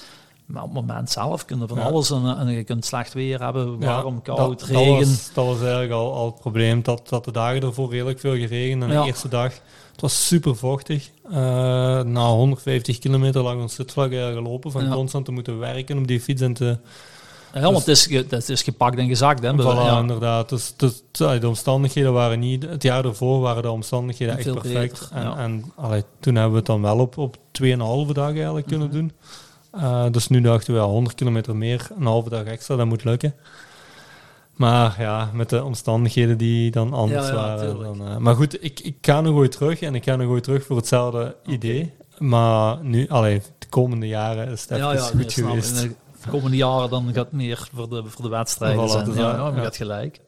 [SPEAKER 1] Maar op het moment zelf kunnen van
[SPEAKER 3] Ja.
[SPEAKER 1] alles en, en je kunt slecht weer hebben, warm,
[SPEAKER 3] Ja,
[SPEAKER 1] koud,
[SPEAKER 3] dat,
[SPEAKER 1] regen.
[SPEAKER 3] Dat was, dat was eigenlijk al, al het probleem, dat, dat de dagen ervoor redelijk veel geregend. En
[SPEAKER 1] Ja.
[SPEAKER 3] de eerste dag, het was super vochtig. Uh, na honderdvijftig kilometer lang ons zitvlak gelopen, van
[SPEAKER 1] Ja.
[SPEAKER 3] constant te moeten werken op die fiets en te...
[SPEAKER 1] Ja, want het is, ge- het is gepakt en gezakt. Hè?
[SPEAKER 3] Voilà,
[SPEAKER 1] Ja.
[SPEAKER 3] inderdaad. Dus, dus de omstandigheden waren niet... Het jaar ervoor waren de omstandigheden echt
[SPEAKER 1] Veel
[SPEAKER 3] perfect.
[SPEAKER 1] beter,
[SPEAKER 3] en
[SPEAKER 1] ja.
[SPEAKER 3] en allee, toen hebben we het dan wel op, op tweeënhalve dag eigenlijk kunnen doen. Uh, dus nu dachten we, ja, honderd kilometer meer, een halve dag extra, dat moet lukken. Maar ja, met de omstandigheden die dan anders
[SPEAKER 1] Ja, ja,
[SPEAKER 3] waren.
[SPEAKER 1] tuurlijk.
[SPEAKER 3] Dan, uh, maar goed, ik, ik ga nog ooit terug en ik ga nog ooit terug voor hetzelfde idee. Maar nu, allee, de komende jaren is het even
[SPEAKER 1] Ja, ja,
[SPEAKER 3] goed
[SPEAKER 1] nee, snap ik.
[SPEAKER 3] geweest.
[SPEAKER 1] In de komende jaren dan gaat het meer voor de, voor de wedstrijden
[SPEAKER 3] Voilà,
[SPEAKER 1] zijn.
[SPEAKER 3] dus
[SPEAKER 1] Ja,
[SPEAKER 3] dat-
[SPEAKER 1] ja, je
[SPEAKER 3] ja.
[SPEAKER 1] hebt gelijk.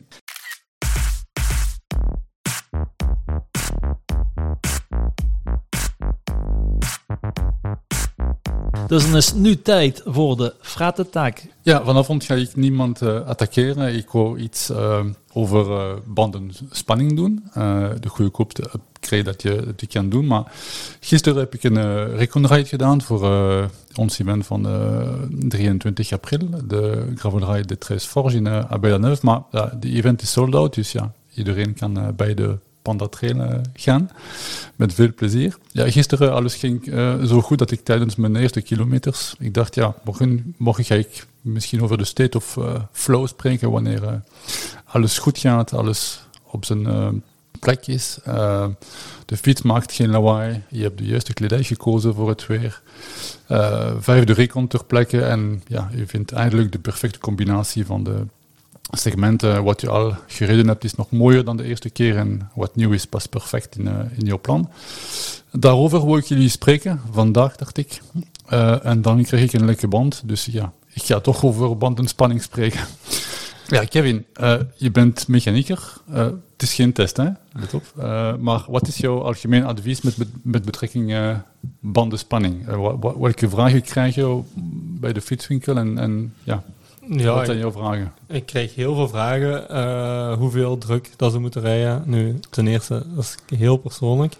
[SPEAKER 1] Dus dan is nu tijd voor de Frat-attack.
[SPEAKER 4] Ja, vanavond ga ik niemand uh, attackeren. Ik wou iets uh, over uh, bandenspanning doen. Uh, de goedkoopste upgrade dat je, dat je kan doen. Maar gisteren heb ik een uh, recon-ride gedaan voor uh, ons event van uh, drieëntwintig april. De gravel ride de Tres Forges in uh, Abel-la-Neuve. Maar uh, de event is sold out, dus ja, iedereen kan uh, bij de Panda Trail uh, gaan. Met veel plezier. Ja, gisteren alles ging uh, zo goed dat ik tijdens mijn eerste kilometers, ik dacht, ja, morgen, morgen ga ik misschien over de state of uh, flow spreken, wanneer uh, alles goed gaat, alles op zijn uh, plek is. Uh, de fiets maakt geen lawaai, je hebt de juiste kledij gekozen voor het weer. Uh, vijfde recon ter plekke en ja, je vindt eigenlijk de perfecte combinatie van de segmenten. Wat je al gereden hebt is nog mooier dan de eerste keer en wat nieuw is past perfect in, uh, in jouw plan. Daarover wil ik jullie spreken, vandaag dacht ik. Uh, en dan kreeg ik een lekke band, dus ja, ik ga toch over bandenspanning spreken. Ja, Kevin, uh, je bent mechanieker. Uh, het is geen test, hè? Let op. Uh, maar wat is jouw algemeen advies met, met betrekking uh, bandenspanning? Uh, wa- welke vragen krijg je bij de fietswinkel en, en ja...
[SPEAKER 3] Ja,
[SPEAKER 4] Wat zijn
[SPEAKER 3] ik,
[SPEAKER 4] jouw vragen?
[SPEAKER 3] ik krijg heel veel vragen. Uh, hoeveel druk dat ze moeten rijden. Nu, ten eerste, dat is heel persoonlijk.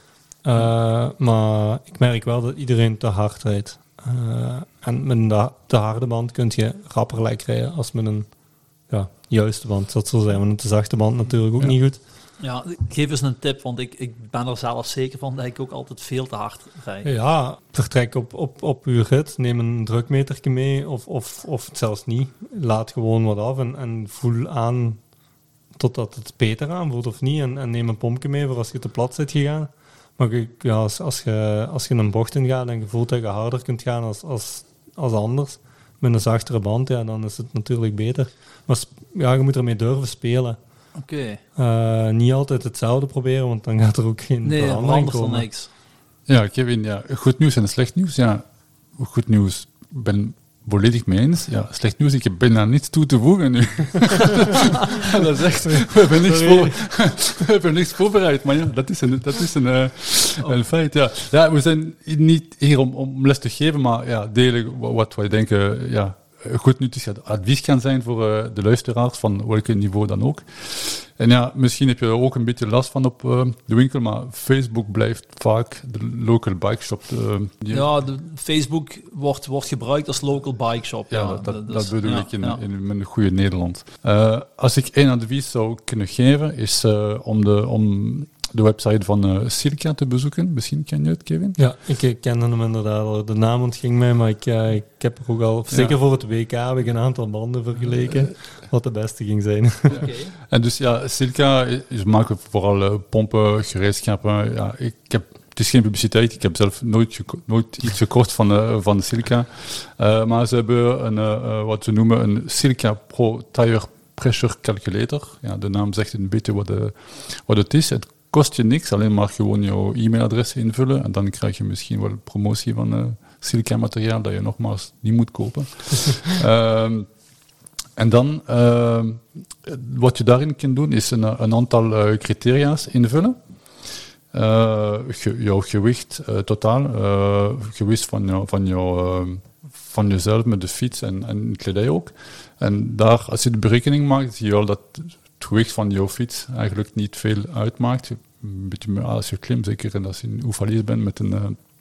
[SPEAKER 3] Uh, maar ik merk wel dat iedereen te hard rijdt. Uh, en met een da- te harde band kun je rapper lek rijden als met een ja, juiste band. Dat zal zijn, want een te zachte band natuurlijk ook
[SPEAKER 4] Ja.
[SPEAKER 3] niet goed.
[SPEAKER 1] Ja, geef eens een tip, want ik, ik ben er zelf zeker van dat ik ook altijd veel te hard rijd.
[SPEAKER 3] Ja, vertrek op, op, op uw rit. Neem een drukmetertje mee of, of, of zelfs niet. Laat gewoon wat af en, en voel aan totdat het beter aanvoelt of niet. En, en neem een pompje mee voor als je te plat zit gegaan. Maar ik- ja, als, als, je, als je een bocht in gaat en je voelt dat je harder kunt gaan als, als, als anders, met een zachtere band, ja, dan is het natuurlijk beter. Maar sp- ja, je moet ermee durven spelen.
[SPEAKER 1] Oké.
[SPEAKER 3] Uh, niet altijd hetzelfde proberen, want dan gaat er ook geen
[SPEAKER 1] Nee,
[SPEAKER 3] verandering
[SPEAKER 1] verandert er
[SPEAKER 3] komen.
[SPEAKER 1] niks.
[SPEAKER 4] Ja, Kevin, ja, goed nieuws en slecht nieuws. Ja, goed nieuws, ik ben volledig mee eens. Ja, slecht nieuws, ik heb bijna niets toe te voegen nu. Dat is echt, we hebben niks, voor, we hebben niks voorbereid, maar ja, dat is een, dat is een, uh, een feit. Ja. Ja, we zijn niet hier om, om les te geven, maar ja, delen wat wij denken, ja, goed nieuws ja, advies kan zijn voor uh, de luisteraars, van welk niveau dan ook. En ja, misschien heb je er ook een beetje last van op uh, de winkel, maar Facebook blijft vaak de local bike shop. Uh, die-
[SPEAKER 1] Ja, de Facebook wordt, wordt gebruikt als local bike shop.
[SPEAKER 4] Ja,
[SPEAKER 1] Ja,
[SPEAKER 4] dat, dat,
[SPEAKER 1] dus-
[SPEAKER 4] dat bedoel
[SPEAKER 1] ja,
[SPEAKER 4] ik in,
[SPEAKER 1] ja.
[SPEAKER 4] in mijn goede Nederland. Uh, als ik één advies zou kunnen geven, is uh, om, de, om de website van uh, Silca te bezoeken. Misschien ken je het, Kevin?
[SPEAKER 3] Ja, ik eh, kende hem inderdaad al. De naam ontging mij, maar ik, eh, ik heb er ook al... Zeker
[SPEAKER 4] Ja.
[SPEAKER 3] voor het W K heb ik een aantal banden vergeleken, wat de beste ging zijn.
[SPEAKER 1] Oké.
[SPEAKER 4] En dus ja, Silca, ze maken vooral uh, pompen, gereedschappen. Ja, ik heb, het is geen publiciteit, ik heb zelf nooit, geko- nooit iets gekocht van, uh, van Silca. Uh, maar ze hebben een, uh, uh, wat ze noemen een Silca Pro Tire Pressure Calculator. Ja, de naam zegt een beetje wat, uh, wat het is. Het kost je niks, alleen maar gewoon jouw e-mailadres invullen. En dan krijg je misschien wel promotie van uh, Silca materiaal dat je nogmaals niet moet kopen. um, En dan, uh, wat je daarin kunt doen, is een, een aantal uh, criteria's invullen. Uh, ge, jouw gewicht uh, totaal, uh, gewicht van, jou, van, jou, uh, van jezelf met de fiets en, en kledij ook. En daar, als je de berekening maakt, zie je al dat het gewicht van jouw fiets eigenlijk niet veel uitmaakt. Een beetje meer als je klimt, zeker en als je in Oeverlies bent met een... Uh,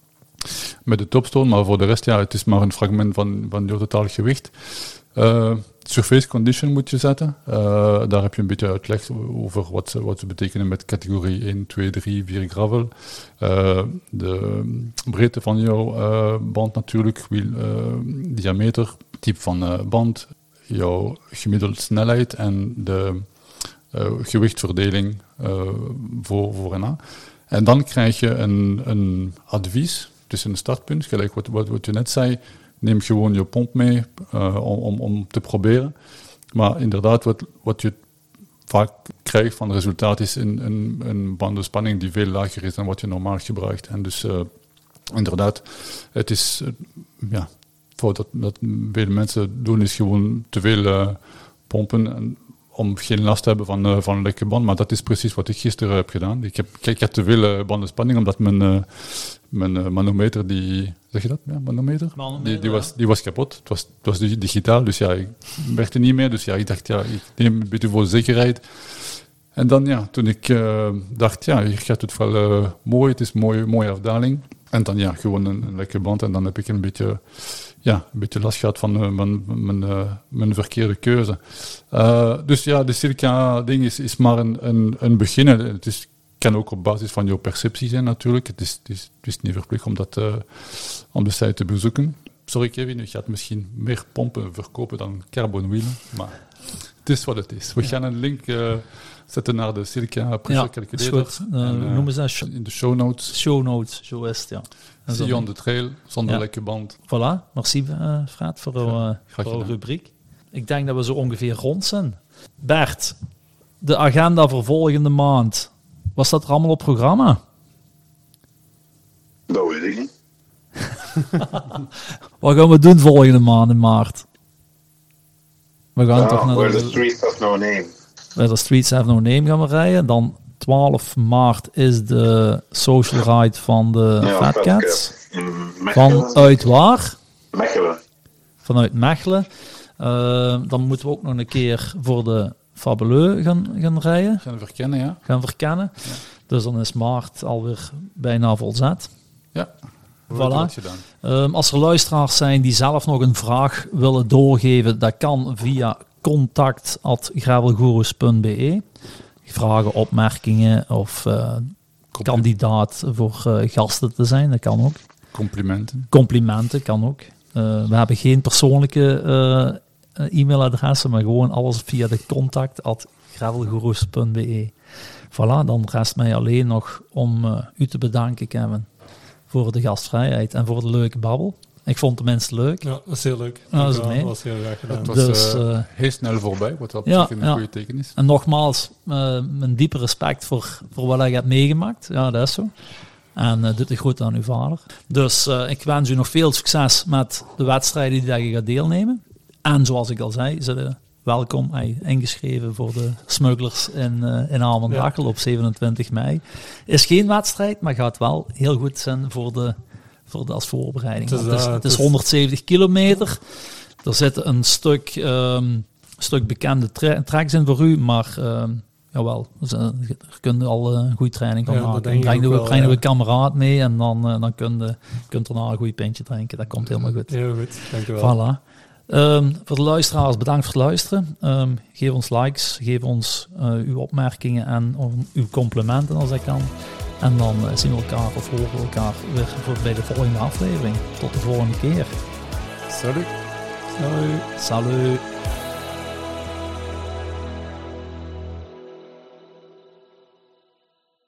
[SPEAKER 4] met de topstoel. Maar voor de rest, ja, het is maar een fragment van, van je totaal gewicht. Uh, surface condition moet je zetten. Uh, daar heb je een beetje uitleg over wat ze, wat ze betekenen met categorie één, twee, drie, vier gravel. Uh, de breedte van jouw uh, band natuurlijk, wiel, uh, diameter, type van uh, band, jouw gemiddelde snelheid en de uh, gewichtverdeling uh, voor, voor en na. En dan krijg je een, een advies. Het is een startpunt, gelijk wat, wat, wat je net zei. Neem gewoon je pomp mee uh, om, om, om te proberen. Maar inderdaad, wat, wat je vaak krijgt van het resultaat is een, een, een bandenspanning die veel lager is dan wat je normaal gebruikt. En dus uh, inderdaad, het is, uh, ja, voor dat, dat veel mensen doen is gewoon te veel uh, pompen en, om geen last te hebben van, uh, van een lekke band. Maar dat is precies wat ik gisteren heb gedaan. Ik heb, ik heb te veel uh, bandenspanning, omdat mijn, uh, mijn uh, manometer, die... Zeg je dat? Ja, manometer?
[SPEAKER 1] manometer
[SPEAKER 4] die, die, was, die was kapot. Het was, het was digitaal, dus ja, ik werkte niet meer. Dus ja, ik dacht, ja, ik neem een beetje voor zekerheid. En dan, ja, toen ik uh, dacht, ja, hier gaat het wel uh, mooi. Het is een mooie, mooie afdaling. En dan, ja, gewoon een, een lekke band. En dan heb ik een beetje... Ja, een beetje last gehad van uh, mijn, mijn, uh, mijn verkeerde keuze. Uh, dus ja, de Silca-ding is, is maar een, een, een begin. Het is, kan ook op basis van jouw perceptie zijn natuurlijk. Het is, het is, het is niet verplicht om, dat, uh, om de site te bezoeken. Sorry Kevin, je gaat misschien meer pompen verkopen dan carbonwielen. Maar het is wat het is. We gaan een link uh, zetten naar de Silca Pressure Calculator.
[SPEAKER 1] Ja, is goed. Uh, en, uh, noemen ze dat?
[SPEAKER 4] In de show notes.
[SPEAKER 1] Show notes, zo is het, ja.
[SPEAKER 4] Zie je on the trail, zonder ja. lekke band.
[SPEAKER 1] Voilà, merci uh, Fred voor uw uh, rubriek. Ik denk dat we zo ongeveer rond zijn. Bert, de agenda voor volgende maand. Was dat er allemaal op programma?
[SPEAKER 2] Dat weet ik niet.
[SPEAKER 1] Wat gaan we doen volgende maand in maart? We gaan
[SPEAKER 2] ja,
[SPEAKER 1] toch naar
[SPEAKER 2] where
[SPEAKER 1] de...
[SPEAKER 2] the streets have no name.
[SPEAKER 1] Where the streets have no name gaan we rijden. Dan twaalf maart is de social ride van de
[SPEAKER 2] ja,
[SPEAKER 1] Fat Cats.
[SPEAKER 2] Mechelen.
[SPEAKER 1] Vanuit waar?
[SPEAKER 2] Mechelen.
[SPEAKER 1] Vanuit Mechelen. Uh, dan moeten we ook nog een keer voor de Fabuleux gaan, gaan rijden.
[SPEAKER 4] Gaan verkennen, ja.
[SPEAKER 1] Gaan verkennen. Ja. Dus dan is maart alweer bijna volzet.
[SPEAKER 4] Ja,
[SPEAKER 1] voilà. Um, als er luisteraars zijn die zelf nog een vraag willen doorgeven, dat kan via contact at gravelgoeroes punt b e. Vragen, opmerkingen of uh, kandidaat voor uh, gasten te zijn, dat kan ook.
[SPEAKER 4] Complimenten.
[SPEAKER 1] Complimenten kan ook. Uh, we hebben geen persoonlijke uh, e-mailadressen, maar gewoon alles via de contact at gravelgoeroes punt b e. Voilà, dan rest mij alleen nog om uh, u te bedanken, Kevin, voor de gastvrijheid en voor de leuke babbel. Ik vond het tenminste leuk.
[SPEAKER 3] Ja, dat is heel leuk.
[SPEAKER 1] Ja, dat is
[SPEAKER 3] ja,
[SPEAKER 1] mee.
[SPEAKER 3] was heel graag gedaan.
[SPEAKER 4] Het was
[SPEAKER 1] dus,
[SPEAKER 4] uh,
[SPEAKER 1] uh,
[SPEAKER 4] heel snel voorbij, wat op
[SPEAKER 1] ja,
[SPEAKER 4] zich een
[SPEAKER 1] ja.
[SPEAKER 4] goede teken is.
[SPEAKER 1] En nogmaals, uh, mijn diepe respect voor, voor wat je hebt meegemaakt. Ja, dat is zo. En uh, dit is goed aan uw vader. Dus uh, ik wens u nog veel succes met de wedstrijden die je gaat deelnemen. En zoals ik al zei, ze welkom hey, ingeschreven voor de smugglers in, uh, in Aalmendachel ja. op zevenentwintig mei. Is geen wedstrijd, maar gaat wel heel goed zijn voor de, voor de als voorbereiding. Het is, het is, uh, het is honderdzeventig kilometer. Er zit een stuk, um, stuk bekende tra- tracks in voor u, maar um, jawel, dus, uh, er kun je al een uh, goede training van ja, maken. Dan breng je een ja. kameraad mee en dan, uh, dan kun je, kunt er een goed pintje drinken. Dat komt helemaal goed.
[SPEAKER 3] Heel goed, dank u wel.
[SPEAKER 1] Voilà. Um, voor de luisteraars, bedankt voor het luisteren. Um, geef ons likes, geef ons uh, uw opmerkingen en um, uw complimenten als dat kan. En dan uh, zien we elkaar of horen we elkaar weer voor, bij de volgende aflevering. Tot de volgende keer.
[SPEAKER 3] Salut.
[SPEAKER 1] Salut. Salut.